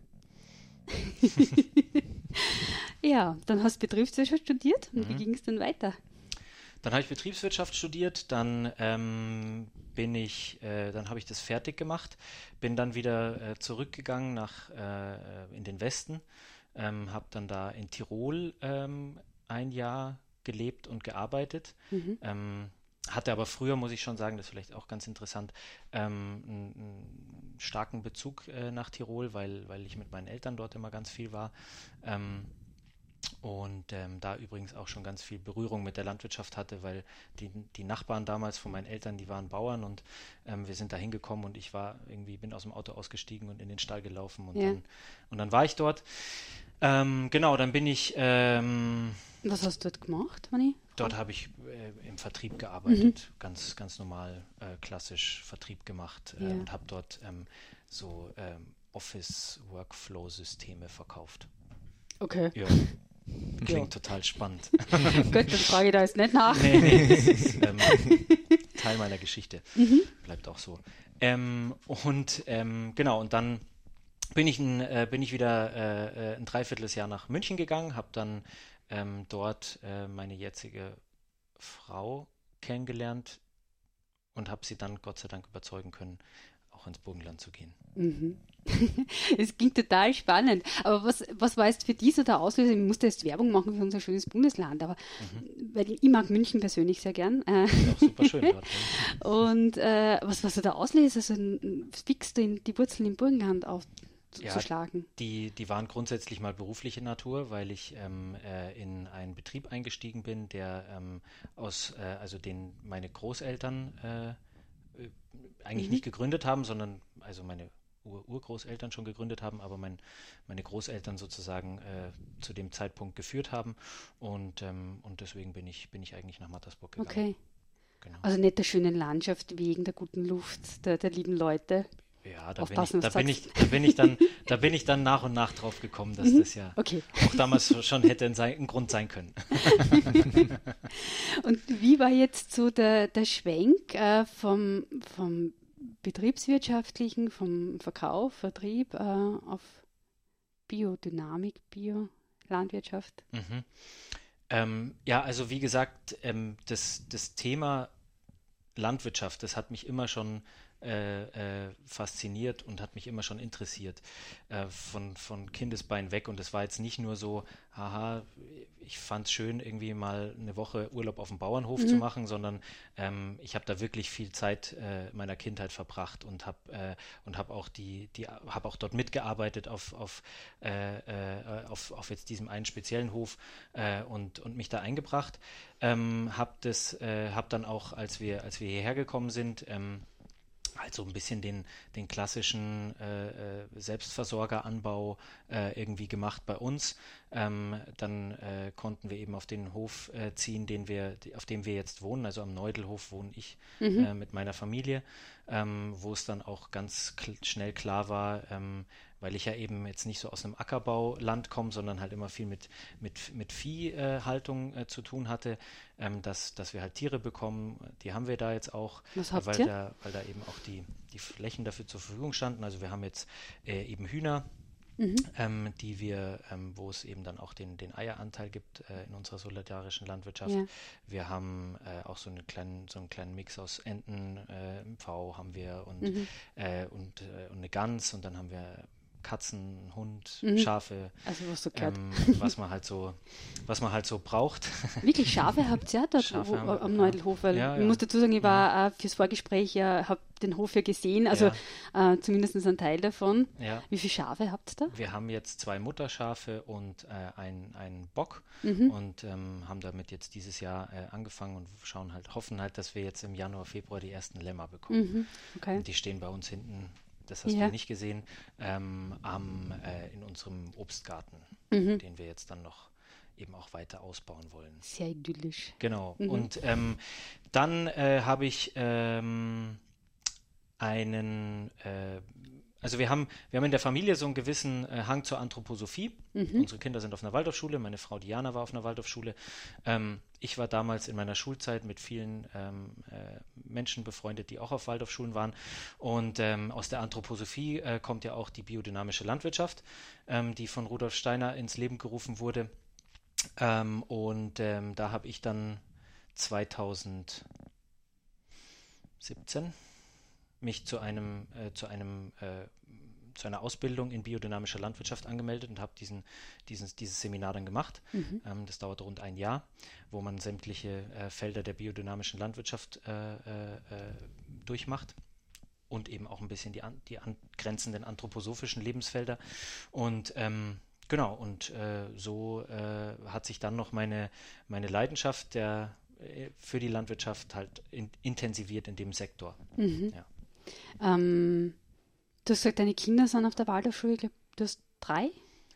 Ja, dann hast du Betriebswirtschaft studiert und mhm. wie ging es dann weiter? Dann habe ich Betriebswirtschaft studiert, dann ähm, bin ich, äh, dann habe ich das fertig gemacht, bin dann wieder äh, zurückgegangen nach äh, in den Westen, ähm, habe dann da in Tirol ähm, ein Jahr gelebt und gearbeitet. Mhm. Ähm, Hatte aber früher, muss ich schon sagen, das ist vielleicht auch ganz interessant, ähm, einen, einen starken Bezug äh, nach Tirol, weil, weil ich mit meinen Eltern dort immer ganz viel war. Ähm, und ähm, da übrigens auch schon ganz viel Berührung mit der Landwirtschaft hatte, weil die, die Nachbarn damals von meinen Eltern, die waren Bauern, und ähm, wir sind da hingekommen und ich war irgendwie, bin aus dem Auto ausgestiegen und in den Stall gelaufen und, ja. dann, und dann war ich dort. Ähm, genau, dann bin ich... Ähm, Was hast du dort gemacht, Manni? Dort habe ich äh, im Vertrieb gearbeitet, mhm. ganz, ganz normal, äh, klassisch Vertrieb gemacht äh, ja. und habe dort ähm, so ähm, Office-Workflow-Systeme verkauft. Okay. Ja. Klingt ja. total spannend. Gut, dann frage ich da jetzt nicht nach. Nee, nee, das ist ähm, Teil meiner Geschichte. Mhm. Bleibt auch so. Ähm, und ähm, genau, und dann bin ich ein, äh, bin ich wieder äh, ein Dreivierteljahr nach München gegangen, habe dann ähm, dort äh, meine jetzige Frau kennengelernt und habe sie dann Gott sei Dank überzeugen können, auch ins Burgenland zu gehen. Mhm. Es klingt total spannend. Aber was, was war jetzt für dich so der Auslöser? Ich musste jetzt Werbung machen für unser schönes Bundesland, aber mhm. weil ich, ich mag München persönlich sehr gern. Äh, ist auch super schön dort. Ja. Und äh, was war so der Auslöser, so fix in die Wurzeln im Burgenland aufzuschlagen? Ja, die, die waren grundsätzlich mal berufliche Natur, weil ich ähm, äh, in einen Betrieb eingestiegen bin, der ähm, aus, äh, also den meine Großeltern äh, eigentlich mhm. nicht gegründet haben, sondern also meine Ur- Urgroßeltern schon gegründet haben, aber mein, meine Großeltern sozusagen äh, zu dem Zeitpunkt geführt haben und, ähm, und deswegen bin ich, bin ich eigentlich nach Mattersburg gegangen. Okay. Genau. Also nicht der schönen Landschaft wegen der guten Luft, der, der lieben Leute. Ja, da bin, ich, da, bin ich, da, bin ich dann, da bin ich dann nach und nach drauf gekommen, dass mhm. das ja okay. auch damals schon hätte ein, ein Grund sein können. Und wie war jetzt so der, der Schwenk äh, vom, vom betriebswirtschaftlichen, vom Verkauf, Vertrieb äh, auf Biodynamik, Biolandwirtschaft? Mhm. Ähm, ja, also wie gesagt, ähm, das, das Thema Landwirtschaft, das hat mich immer schon Äh, äh, fasziniert und hat mich immer schon interessiert, äh, von, von Kindesbein weg. Und es war jetzt nicht nur so, haha, ich fand es schön, irgendwie mal eine Woche Urlaub auf dem Bauernhof mhm. zu machen, sondern ähm, ich habe da wirklich viel Zeit äh, meiner Kindheit verbracht und habe äh, und habe auch die, die habe auch dort mitgearbeitet auf, auf, äh, äh, auf, auf jetzt diesem einen speziellen Hof äh, und, und mich da eingebracht. Ähm, habe das, äh, habe dann auch, als wir, als wir hierher gekommen sind, ähm, also ein bisschen den, den klassischen äh, Selbstversorgeranbau äh, irgendwie gemacht bei uns. Ähm, dann äh, konnten wir eben auf den Hof äh, ziehen, den wir, auf dem wir jetzt wohnen. Also am Neudelhof wohne ich mhm. äh, mit meiner Familie, ähm, wo es dann auch ganz kl- schnell klar war, ähm, weil ich ja eben jetzt nicht so aus einem Ackerbauland komme, sondern halt immer viel mit, mit, mit Viehhaltung äh, zu tun hatte, ähm, dass, dass wir halt Tiere bekommen. Die haben wir da jetzt auch, Was habt weil, ihr? da, weil da eben auch die, die Flächen dafür zur Verfügung standen. Also wir haben jetzt äh, eben Hühner, mhm. ähm, die wir, ähm, wo es eben dann auch den, den Eieranteil gibt äh, in unserer solidarischen Landwirtschaft. Ja. Wir haben äh, auch so einen kleinen, so einen kleinen Mix aus Enten, äh, Pfau haben wir und, mhm. äh, und, äh, und eine Gans, und dann haben wir Katzen, Hund, mhm. Schafe, also was, so ähm, was man halt so, was man halt so braucht. Wirklich, Schafe habt ihr ja dort wo, wir, am ja. Neudelhof, weil ja, ja. ich muss dazu sagen, ich war ja. äh, fürs Vorgespräch, ja, habe den Hof ja gesehen, also ja. äh, zumindest einen Teil davon. Ja. Wie viele Schafe habt ihr da? Wir haben jetzt zwei Mutterschafe und äh, einen, einen Bock mhm. und ähm, haben damit jetzt dieses Jahr äh, angefangen und schauen halt, hoffen halt, dass wir jetzt im Januar, Februar die ersten Lämmer bekommen. Mhm. Okay. Und die stehen bei uns hinten. Das hast ja. du nicht gesehen, ähm, am, äh, in unserem Obstgarten, mhm. den wir jetzt dann noch eben auch weiter ausbauen wollen. Sehr idyllisch. Genau. Mhm. Und ähm, dann äh, habe ich ähm, einen, äh, also wir haben, wir haben in der Familie so einen gewissen äh, Hang zur Anthroposophie. Mhm. Unsere Kinder sind auf einer Waldorfschule, meine Frau Diana war auf einer Waldorfschule. Ähm, ich war damals in meiner Schulzeit mit vielen ähm, äh, Menschen befreundet, die auch auf Waldorfschulen waren. Und ähm, aus der Anthroposophie äh, kommt ja auch die biodynamische Landwirtschaft, ähm, die von Rudolf Steiner ins Leben gerufen wurde. Ähm, und ähm, da habe ich dann zweitausendsiebzehn mich zu einem, äh, zu einem äh, zu einer Ausbildung in biodynamischer Landwirtschaft angemeldet und habe diesen, diesen, dieses Seminar dann gemacht. Mhm. Ähm, das dauert rund ein Jahr, wo man sämtliche äh, Felder der biodynamischen Landwirtschaft äh, äh, durchmacht und eben auch ein bisschen die, an, die angrenzenden anthroposophischen Lebensfelder. Und ähm, genau, und äh, so äh, hat sich dann noch meine, meine Leidenschaft der, äh, für die Landwirtschaft halt in, intensiviert in dem Sektor. Mhm. Ja. Ähm, du hast gesagt, deine Kinder sind auf der Waldorfschule, ich glaube, du hast drei? Ich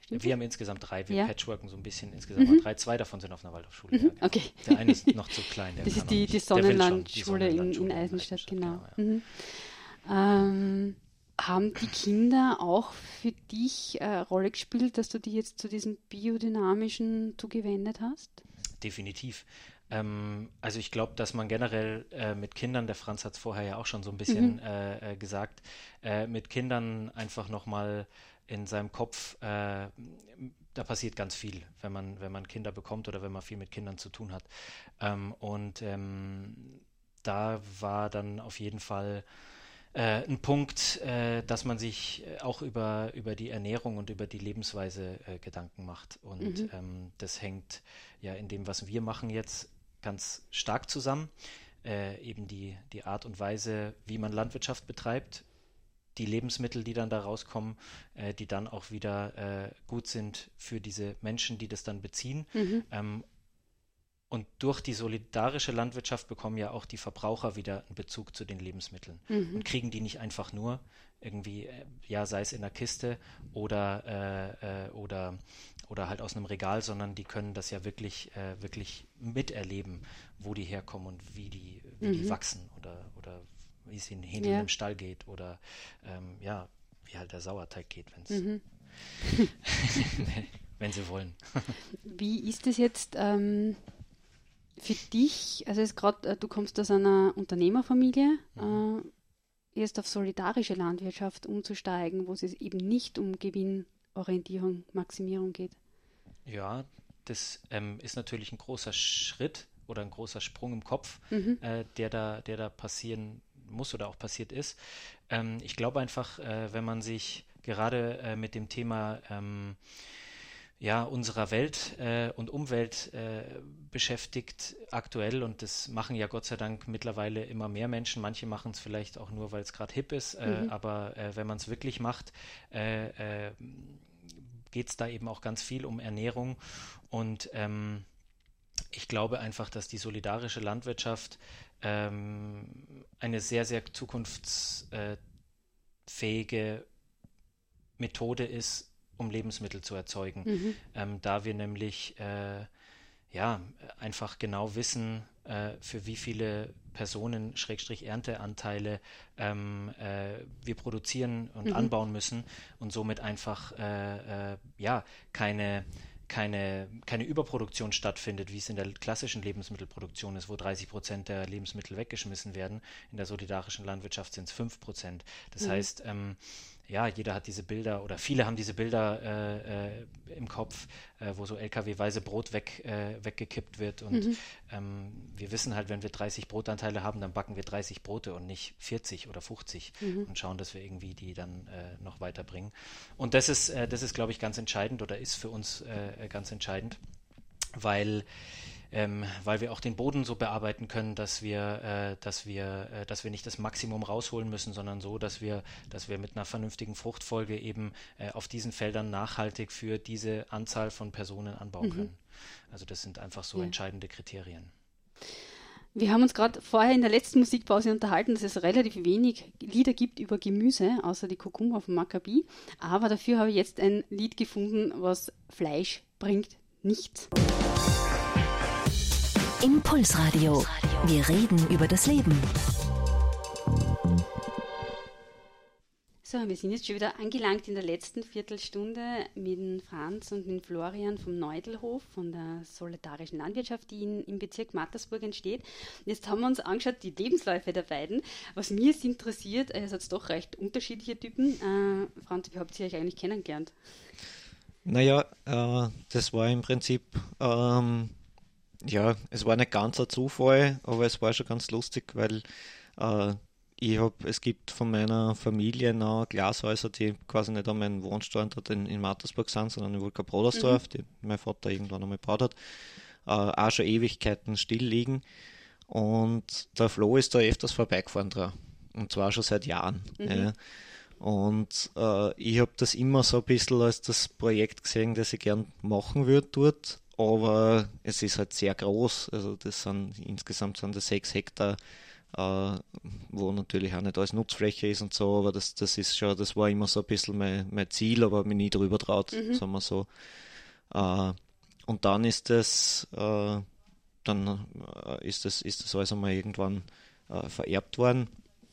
Stimmt wir das? haben insgesamt drei, wir Ja. patchworken so ein bisschen, insgesamt mal drei, zwei davon sind auf einer Waldorfschule. Ja, genau. Okay. Der eine ist noch zu klein. Der Das kann ist noch die, nicht. die Der will schon, die Sonnenlandschule in, in Sonnenlandschule Eisenstadt, genau. ja. Mhm. Ähm, haben die Kinder auch für dich eine Rolle gespielt, dass du die jetzt zu diesem Biodynamischen zugewendet hast? Definitiv. Ähm, also ich glaube, dass man generell äh, mit Kindern, der Franz hat es vorher ja auch schon so ein bisschen Mhm. äh, äh, gesagt, äh, mit Kindern einfach nochmal in seinem Kopf, äh, da passiert ganz viel, wenn man, wenn man Kinder bekommt oder wenn man viel mit Kindern zu tun hat. Ähm, und ähm, da war dann auf jeden Fall äh, ein Punkt, äh, dass man sich äh, auch über, über die Ernährung und über die Lebensweise äh, Gedanken macht. Und Mhm. ähm, das hängt ja in dem, was wir machen jetzt, ganz stark zusammen. Äh, eben die, die Art und Weise, wie man Landwirtschaft betreibt, die Lebensmittel, die dann da rauskommen, äh, die dann auch wieder äh, gut sind für diese Menschen, die das dann beziehen. Mhm. Ähm, und durch die solidarische Landwirtschaft bekommen ja auch die Verbraucher wieder einen Bezug zu den Lebensmitteln Mhm. und kriegen die nicht einfach nur irgendwie, äh, ja, sei es in der Kiste oder, äh, äh, oder, oder halt aus einem Regal, sondern die können das ja wirklich, äh, wirklich miterleben, wo die herkommen und wie die, wie die Mhm. wachsen oder, oder wie es den Hähnchen Ja. im Stall geht oder ähm, ja, wie halt der Sauerteig geht, wenn's, Mhm. wenn sie wollen. Wie ist es jetzt ähm, für dich, also jetzt gerade, äh, du kommst aus einer Unternehmerfamilie, Mhm. äh, erst auf solidarische Landwirtschaft umzusteigen, wo es eben nicht um Gewinnorientierung, Maximierung geht. Ja, das ähm, ist natürlich ein großer Schritt oder ein großer Sprung im Kopf, Mhm. äh, der da, der da passieren muss oder auch passiert ist. Ähm, ich glaube einfach, äh, wenn man sich gerade äh, mit dem Thema ähm, ja, unserer Welt äh, und Umwelt äh, beschäftigt aktuell, und das machen ja Gott sei Dank mittlerweile immer mehr Menschen. Manche machen es vielleicht auch nur, weil es gerade hip ist, äh, Mhm. aber äh, wenn man es wirklich macht, äh, äh, geht es da eben auch ganz viel um Ernährung. Und ähm, ich glaube einfach, dass die solidarische Landwirtschaft ähm, eine sehr, sehr zukunftsfähige Methode ist, um Lebensmittel zu erzeugen. Mhm. Ähm, da wir nämlich äh, ja, einfach genau wissen, äh, für wie viele Personen, Schrägstrich Ernteanteile ähm, äh, wir produzieren und Mhm. anbauen müssen und somit einfach äh, äh, ja, keine keine, keine Überproduktion stattfindet, wie es in der klassischen Lebensmittelproduktion ist, wo dreißig Prozent der Lebensmittel weggeschmissen werden. In der solidarischen Landwirtschaft sind es fünf Prozent. Das Mhm. heißt, ähm, ja, jeder hat diese Bilder oder viele haben diese Bilder äh, äh, im Kopf, äh, wo so L K W-weise Brot weg, äh, weggekippt wird. Und Mhm. ähm, wir wissen halt, wenn wir dreißig Brotanteile haben, dann backen wir dreißig Brote und nicht vierzig oder fünfzig Mhm. und schauen, dass wir irgendwie die dann äh, noch weiterbringen. Und das ist, äh, das ist, glaube ich, ganz entscheidend oder ist für uns äh, ganz entscheidend, weil Ähm, weil wir auch den Boden so bearbeiten können, dass wir, äh, dass wir, äh, dass wir nicht das Maximum rausholen müssen, sondern so, dass wir, dass wir mit einer vernünftigen Fruchtfolge eben äh, auf diesen Feldern nachhaltig für diese Anzahl von Personen anbauen Mhm. können. Also das sind einfach so Ja. entscheidende Kriterien. Wir haben uns gerade vorher in der letzten Musikpause unterhalten, dass es relativ wenig Lieder gibt über Gemüse, außer die Kurkuma von Maccabi. Aber dafür habe ich jetzt ein Lied gefunden, was Fleisch bringt nichts. Impulsradio. Wir reden über das Leben. So, wir sind jetzt schon wieder angelangt in der letzten Viertelstunde mit dem Franz und mit dem Florian vom Neudelhof, von der solidarischen Landwirtschaft, die in, im Bezirk Mattersburg entsteht. Jetzt haben wir uns angeschaut, die Lebensläufe der beiden. Was mir jetzt interessiert, es hat doch recht unterschiedliche Typen. Äh, Franz, wie habt ihr euch eigentlich kennengelernt? Naja, äh, das war im Prinzip, ähm, ja, es war nicht ganz ein Zufall, aber es war schon ganz lustig, weil äh, ich hab, es gibt von meiner Familie noch Glashäuser, die quasi nicht an meinem Wohnstandort in, in Mattersburg sind, sondern in Wulka-Brodersdorf, mhm. die mein Vater irgendwann einmal gebaut hat, äh, auch schon Ewigkeiten still liegen. Und der Flo ist da öfters vorbeigefahren dran. Und zwar schon seit Jahren. Mhm. Ja. Und äh, ich habe das immer so ein bisschen als das Projekt gesehen, das ich gern machen würde dort. Aber es ist halt sehr groß. Also das sind insgesamt sind das sechs Hektar äh, wo natürlich auch nicht alles Nutzfläche ist und so, aber das, das ist schon, das war immer so ein bisschen mein, mein Ziel, aber mich nie drüber traut, mhm. sagen wir so. Äh, und dann ist das, äh, dann äh, ist das, ist das alles einmal irgendwann äh, vererbt worden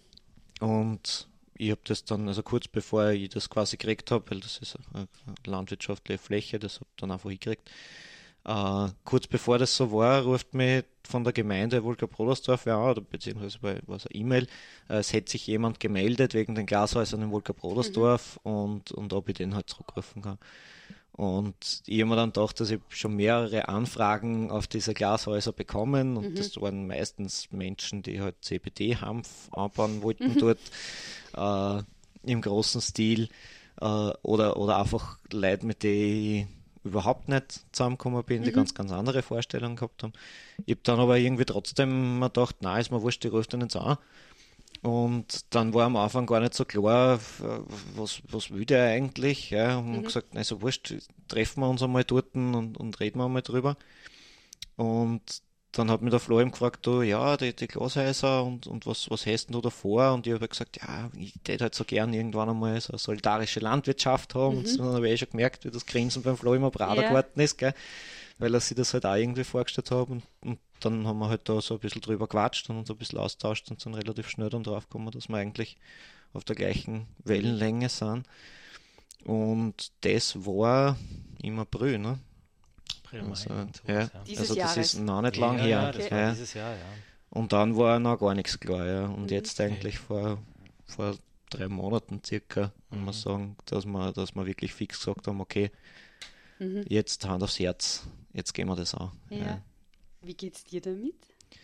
und ich habe das dann, also kurz bevor ich das quasi gekriegt habe, weil das ist eine landwirtschaftliche Fläche, das habe ich dann einfach hingekriegt. Uh, kurz bevor das so war, ruft mich von der Gemeinde Wulka-Brodersdorf an, oder beziehungsweise bei was eine E-Mail, uh, es hätte sich jemand gemeldet wegen den Glashäusern in Wulka-Brodersdorf mhm. und, und ob ich den halt zurückrufen kann. Und ich habe mir dann gedacht, dass ich schon mehrere Anfragen auf diese Glashäuser bekommen und mhm. das waren meistens Menschen, die halt C B D-Hanf anbauen wollten mhm. dort uh, im großen Stil uh, oder, oder einfach Leute, mit denen ich überhaupt nicht zusammengekommen bin, die mhm. ganz, ganz andere Vorstellungen gehabt haben. Ich habe dann aber irgendwie trotzdem mir gedacht, nein, ist mir wurscht, ich rufe den jetzt an. Und dann war am Anfang gar nicht so klar, was, was will der eigentlich? Ja, und mhm. gesagt, nein, so wurscht, treffen wir uns einmal dort und, und reden wir einmal drüber. Und dann hat mich der Florian gefragt, du, ja, die, die Glashäuser und, und was, was hast du davor? Und ich habe gesagt, ja, ich hätte halt so gern irgendwann einmal so eine solidarische Landwirtschaft haben. Mhm. Und dann habe ich schon gemerkt, wie das Grinsen beim Florian immer brader ja. geworden ist, gell? Weil er sich das halt auch irgendwie vorgestellt hat. Und, und dann haben wir halt da so ein bisschen drüber gequatscht und uns ein bisschen austauscht und sind relativ schnell dann drauf gekommen, dass wir eigentlich auf der gleichen Wellenlänge sind. Und das war im April, ne? Also, ja, also das ist noch nicht lang ja, her. Ja, das war ja. dieses Jahr, ja. Und dann war noch gar nichts klar, ja. Und mhm. jetzt eigentlich vor, vor drei Monaten circa, muss mhm. man sagen, dass wir, dass wir wirklich fix gesagt haben, okay, mhm. jetzt Hand aufs Herz, jetzt gehen wir das an. Ja. Ja. Wie geht's dir damit?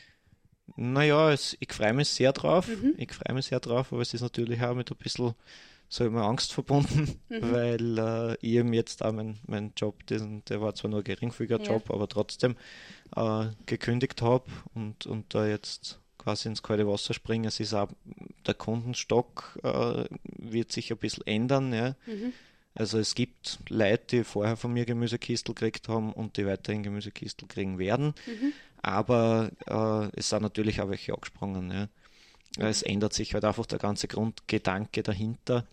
Naja, es, ich freue mich sehr drauf, mhm. ich freue mich sehr drauf, aber es ist natürlich auch mit ein bisschen so immer Angst verbunden, mhm. weil äh, ich eben jetzt auch mein, mein Job, diesen, der war zwar nur ein geringfügiger ja. Job, aber trotzdem äh, gekündigt habe und, und da jetzt quasi ins kalte Wasser springen. Es ist auch, der Kundenstock äh, wird sich ein bisschen ändern. Ja. Mhm. Also es gibt Leute, die vorher von mir Gemüsekistel gekriegt haben und die weiterhin Gemüsekistel kriegen werden, mhm. aber äh, es sind natürlich auch welche angesprungen. Ja. Mhm. Es ändert sich halt einfach der ganze Grundgedanke dahinter.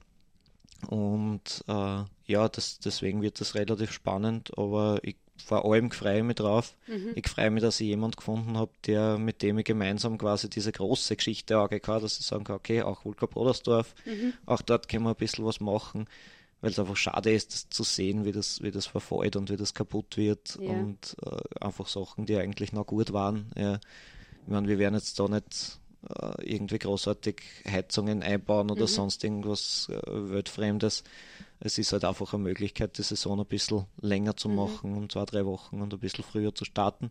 Und äh, ja, das, deswegen wird das relativ spannend, aber ich vor allem freue ich mich drauf. Mhm. Ich freue mich, dass ich jemanden gefunden habe, der mit dem ich gemeinsam quasi diese große Geschichte angehen kann, dass ich sagen kann, okay, auch Wulka-Brodersdorf, mhm. auch dort können wir ein bisschen was machen, weil es einfach schade ist, das zu sehen, wie das, wie das verfällt und wie das kaputt wird ja. und äh, einfach Sachen, die eigentlich noch gut waren. Ja. Ich meine, wir werden jetzt da nicht irgendwie großartig Heizungen einbauen oder mhm. sonst irgendwas äh, Weltfremdes. Es ist halt einfach eine Möglichkeit, die Saison ein bisschen länger zu mhm. machen, um zwei, drei Wochen und ein bisschen früher zu starten.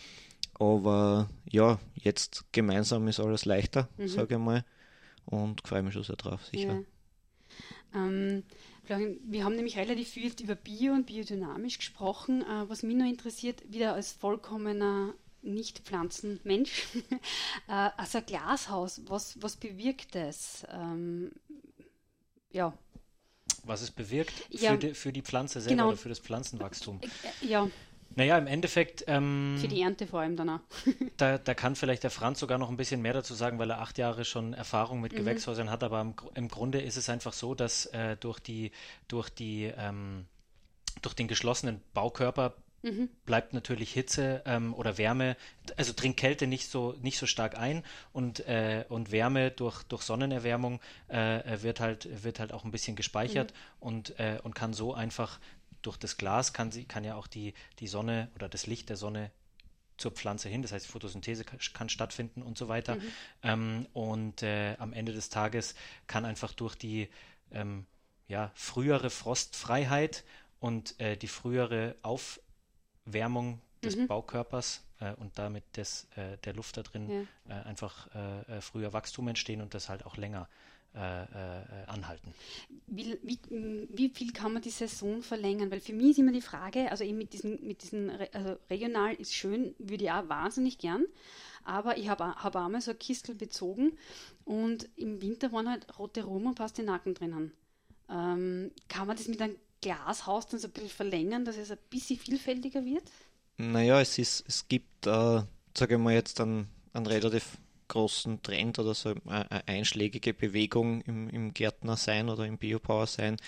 Aber ja, jetzt gemeinsam ist alles leichter, mhm. sage ich mal. Und freue mich schon sehr drauf, sicher. Ja. Ähm, wir haben nämlich relativ viel über Bio und biodynamisch gesprochen. Äh, was mich noch interessiert, wieder als vollkommener Nicht-Pflanzenmensch. Also ein Glashaus, was, was bewirkt das? Ähm, ja. Was es bewirkt ja. für, die, für die Pflanze selber genau. oder für das Pflanzenwachstum? Ja. Naja, im Endeffekt... Ähm, für die Ernte vor allem danach. da, da kann vielleicht der Franz sogar noch ein bisschen mehr dazu sagen, weil er acht Jahre schon Erfahrung mit mhm. Gewächshäusern hat, aber im, im Grunde ist es einfach so, dass äh, durch die, durch die, ähm, durch den geschlossenen Baukörper Mhm. bleibt natürlich Hitze ähm, oder Wärme, also dringt Kälte nicht so nicht so stark ein und, äh, und Wärme durch, durch Sonnenerwärmung äh, wird halt wird halt auch ein bisschen gespeichert mhm. und, äh, und kann so einfach durch das Glas kann sie kann ja auch die, die Sonne oder das Licht der Sonne zur Pflanze hin, das heißt Photosynthese kann, kann stattfinden und so weiter. Mhm. Ähm, und äh, am Ende des Tages kann einfach durch die ähm, ja, frühere Frostfreiheit und äh, die frühere Auf Wärmung des mhm. Baukörpers äh, und damit des, äh, der Luft da drin ja. äh, einfach äh, früher Wachstum entstehen und das halt auch länger äh, äh, anhalten. Wie, wie, wie viel kann man die Saison verlängern? Weil für mich ist immer die Frage, also eben mit diesen, mit diesen also regional ist schön, würde ich auch wahnsinnig gern, aber ich habe hab einmal so eine Kistel bezogen und im Winter waren halt rote Rum und Pastinaken drinnen. Ähm, kann man das mit einem Glashaus dann so ein bisschen verlängern, dass es ein bisschen vielfältiger wird? Naja, es ist, es gibt, äh, sage ich mal jetzt, einen, einen relativ großen Trend oder so eine, eine einschlägige Bewegung im, im Gärtner sein oder im Biobauer sein,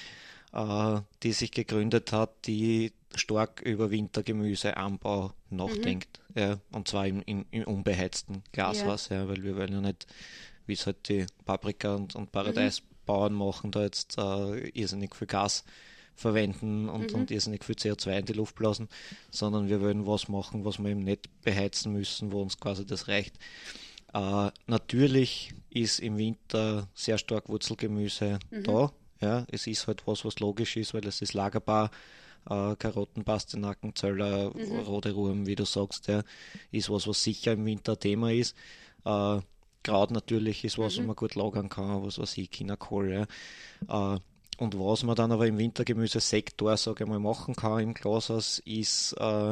äh, die sich gegründet hat, die stark über Wintergemüseanbau nachdenkt. Mhm. Ja, und zwar im, im, im unbeheizten Glashaus, ja. Ja, weil wir wollen ja nicht, wie es halt die Paprika- und, und Paradeisbauern mhm. machen, da jetzt äh, irrsinnig viel Gas verwenden und, mhm. und irrsinnig viel C O zwei in die Luft blasen, sondern wir wollen was machen, was wir eben nicht beheizen müssen, wo uns quasi das reicht. Äh, natürlich ist im Winter sehr stark Wurzelgemüse mhm. da. Ja, es ist halt was, was logisch ist, weil es ist lagerbar. Äh, Karotten, Pastinaken, Zöller, mhm. rote Ruhm, wie du sagst, ja, ist was, was sicher im Winter Thema ist. Äh, Kraut natürlich ist was, mhm. was man gut lagern kann, was weiß ich, Chinakohl, ja. Äh, Und was man dann aber im Wintergemüsesektor, sage ich mal, machen kann im Glashaus, ist, äh,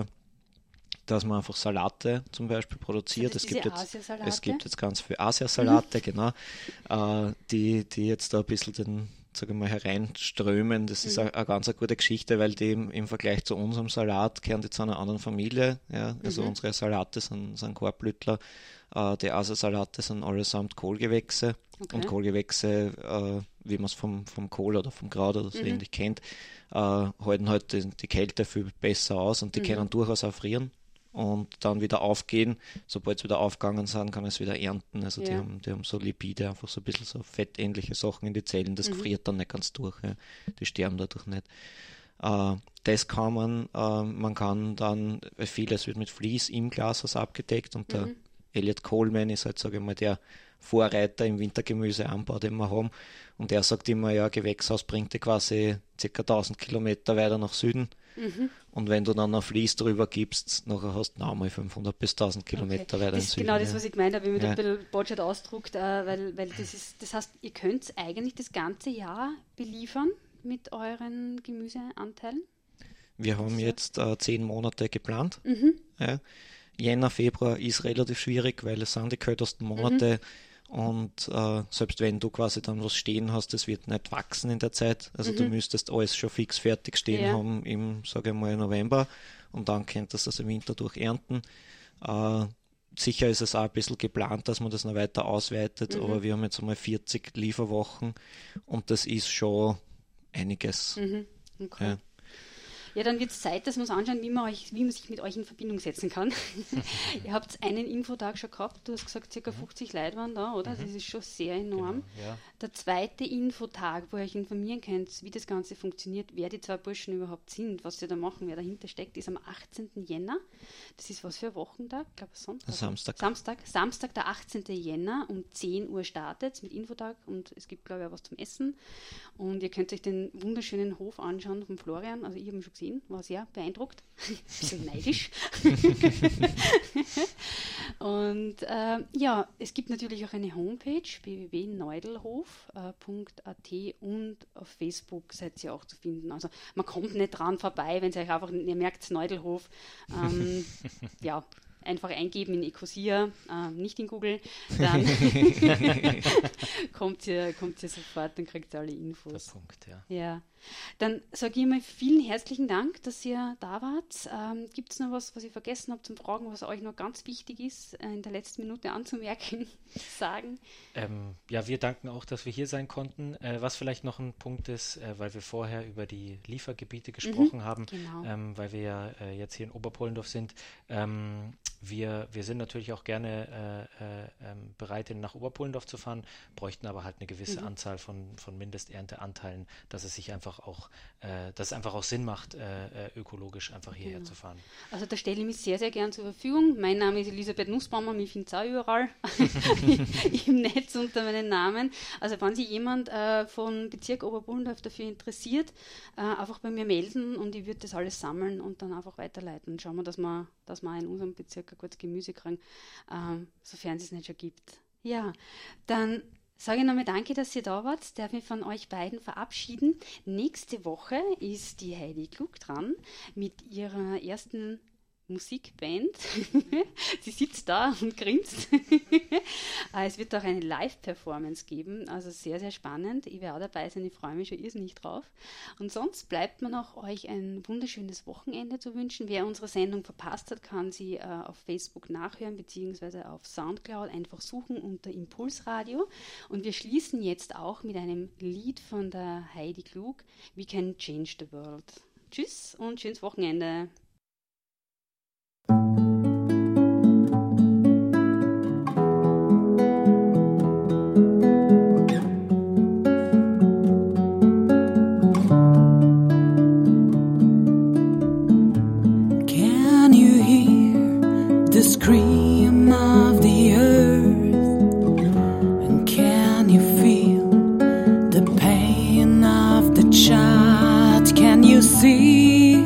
dass man einfach Salate zum Beispiel produziert. Es gibt, jetzt, es gibt jetzt ganz viele Asiasalate, mhm. genau, äh, die, die jetzt da ein bisschen den, sage ich mal, hereinströmen. Das mhm. ist eine, eine ganz eine gute Geschichte, weil die im, im Vergleich zu unserem Salat gehören die zu einer anderen Familie. Ja? Also mhm. unsere Salate sind, sind Korbblütler, äh, die Asiasalate sind allesamt Kohlgewächse. Okay. Und Kohlgewächse, äh, wie man es vom, vom Kohl oder vom Kraut oder so mhm. ähnlich kennt, äh, halten halt die, die Kälte viel besser aus und die mhm. können durchaus auch frieren und dann wieder aufgehen. Sobald sie wieder aufgegangen sind, kann es wieder ernten. Also ja. die, haben, die haben so Lipide, einfach so ein bisschen so fettähnliche Sachen in die Zellen. Das mhm. friert dann nicht ganz durch. Ja. Die sterben dadurch nicht. Äh, das kann man, äh, man kann dann, weil vieles wird mit Vlies im Glashaus abgedeckt und mhm. der Elliot Coleman ist halt, sage ich mal, der Vorreiter im Wintergemüseanbau, den wir haben. Und er sagt immer, ja, Gewächshaus bringt dich quasi ca. tausend Kilometer weiter nach Süden. Mhm. Und wenn du dann noch Vlies drüber gibst, nachher hast du noch einmal fünfhundert bis tausend Kilometer okay. weiter das in ist Süden. Genau das, was ich gemeint habe, wie man ja. da ein bisschen Budget ausdruckt, äh, weil, weil das ist, das heißt, ihr könnt eigentlich das ganze Jahr beliefern mit euren Gemüseanteilen? Wir haben jetzt äh, zehn Monate geplant. Mhm. Ja. Jänner, Februar ist relativ schwierig, weil es sind die kältesten Monate mhm. und äh, selbst wenn du quasi dann was stehen hast, das wird nicht wachsen in der Zeit. Also mhm. du müsstest alles schon fix fertig stehen ja. haben im, sage ich mal, November und dann könntest du das im Winter durch ernten. Äh, sicher ist es auch ein bisschen geplant, dass man das noch weiter ausweitet, mhm. aber wir haben jetzt einmal vierzig Lieferwochen und das ist schon einiges. Mhm. Okay. Ja. Ja, dann wird es Zeit, dass wir uns anschauen, wie man, euch, wie man sich mit euch in Verbindung setzen kann. Ihr habt einen Infotag schon gehabt, du hast gesagt, ca. fünfzig mhm. Leute waren da, oder? Mhm. Das ist schon sehr enorm. Genau, ja. Der zweite Infotag, wo ihr euch informieren könnt, wie das Ganze funktioniert, wer die zwei Burschen überhaupt sind, was sie da machen, wer dahinter steckt, ist am achtzehnten Jänner. Das ist was für ein Wochentag? Ich glaube, Sonntag. Samstag. Samstag. Samstag, der achtzehnten Jänner um zehn Uhr startet es mit Infotag und es gibt, glaube ich, auch was zum Essen. Und ihr könnt euch den wunderschönen Hof anschauen von Florian, also ich habe ihn schon gesehen, war sehr beeindruckt, ein bisschen neidisch. Und äh, ja, es gibt natürlich auch eine Homepage, w w w punkt neudelhof punkt a t und auf Facebook seid ihr auch zu finden. Also man kommt nicht dran vorbei, wenn ihr euch einfach, ihr merkt Neudelhof, ähm, ja, einfach eingeben in Ecosia, äh, nicht in Google, dann kommt ihr, kommt ihr sofort, dann kriegt ihr alle Infos. Der Punkt, ja. Ja. Dann sage ich mal vielen herzlichen Dank, dass ihr da wart. Ähm, gibt es noch was, was ich vergessen habe zum Fragen, was euch noch ganz wichtig ist, äh, in der letzten Minute anzumerken, sagen? Ähm, ja, wir danken auch, dass wir hier sein konnten. Äh, was vielleicht noch ein Punkt ist, äh, weil wir vorher über die Liefergebiete gesprochen mhm, haben, genau. ähm, weil wir ja äh, jetzt hier in Oberpollendorf sind. Ähm, wir, wir sind natürlich auch gerne äh, äh, ähm, bereit, nach Oberpollendorf zu fahren, bräuchten aber halt eine gewisse mhm. Anzahl von, von Mindesternteanteilen, dass es sich einfach auch, äh, dass es einfach auch Sinn macht, äh, ökologisch einfach hierher genau. zu fahren. Also da stelle ich mich sehr, sehr gern zur Verfügung. Mein Name ist Elisabeth Nussbaumer, mich findet es auch überall im Netz unter meinem Namen. Also wenn sich jemand äh, von Bezirk Oberpollendorf dafür interessiert, äh, einfach bei mir melden und ich würde das alles sammeln und dann einfach weiterleiten. Schauen wir, dass wir, dass wir in unserem Bezirk ein gutes Gemüse kriegen, äh, sofern es es nicht schon gibt. Ja, dann sage ich nochmal danke, dass ihr da wart. Darf ich von euch beiden verabschieden. Nächste Woche ist die Heidi Klug dran mit ihrer ersten Musikband. Sie sitzt da und grinst. Es wird auch eine Live-Performance geben, also sehr, sehr spannend. Ich werde auch dabei sein, ich freue mich schon irrsinnig drauf. Und sonst bleibt mir noch, euch ein wunderschönes Wochenende zu wünschen. Wer unsere Sendung verpasst hat, kann sie äh, auf Facebook nachhören, beziehungsweise auf Soundcloud einfach suchen unter Impulsradio. Und wir schließen jetzt auch mit einem Lied von der Heidi Klug, We Can Change the World. Tschüss und schönes Wochenende. Can you hear the scream of the earth? And can you feel the pain of the child? Can you see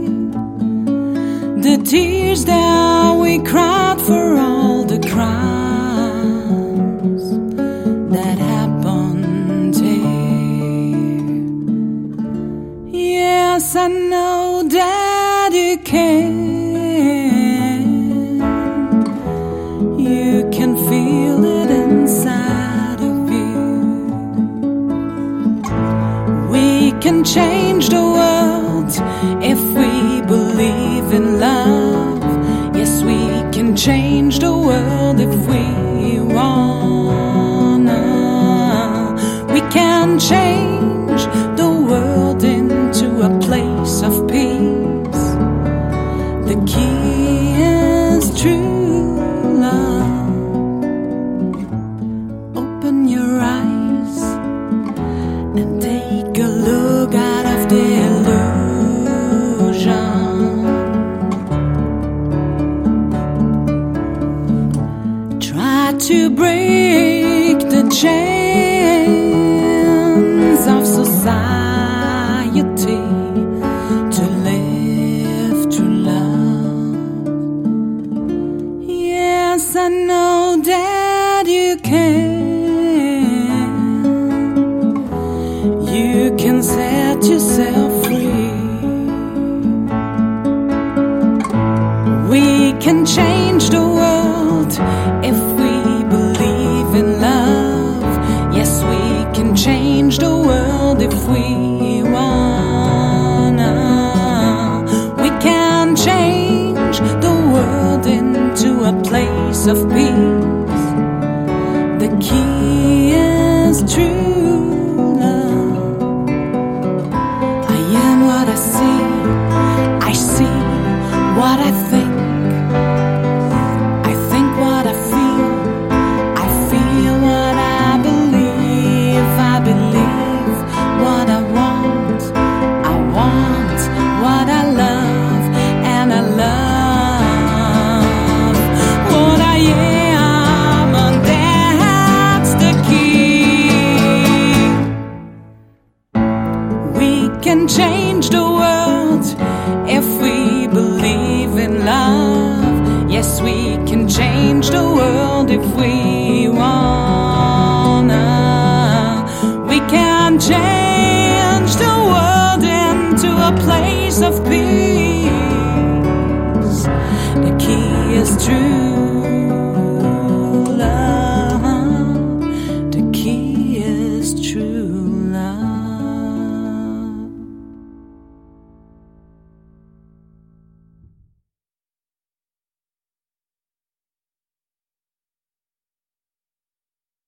the tears that we cried for all the crimes that happened here? Yes, I know that you can. You can feel it inside of you. We can change the world if we believe in love. Yes, we can change the world if we wanna. We can change the world into a place of peace. The key is true love. Open your eyes and take a look out of the illusion. Try to break the chains of society to live true love. Yes, I know that you can. You can set yourself free. We can change the world if we believe in love. Yes, we can change the world if we wanna. We can change the world into a place of peace. The key is true love. I am what I see. I see what I think. I think what I feel. I feel what I believe. I believe what I want. I want what I love. And I love what I am. And that's the key. We can change the world if we believe in love. Yes, we can change the world if we wanna. We can change the world into a place of peace.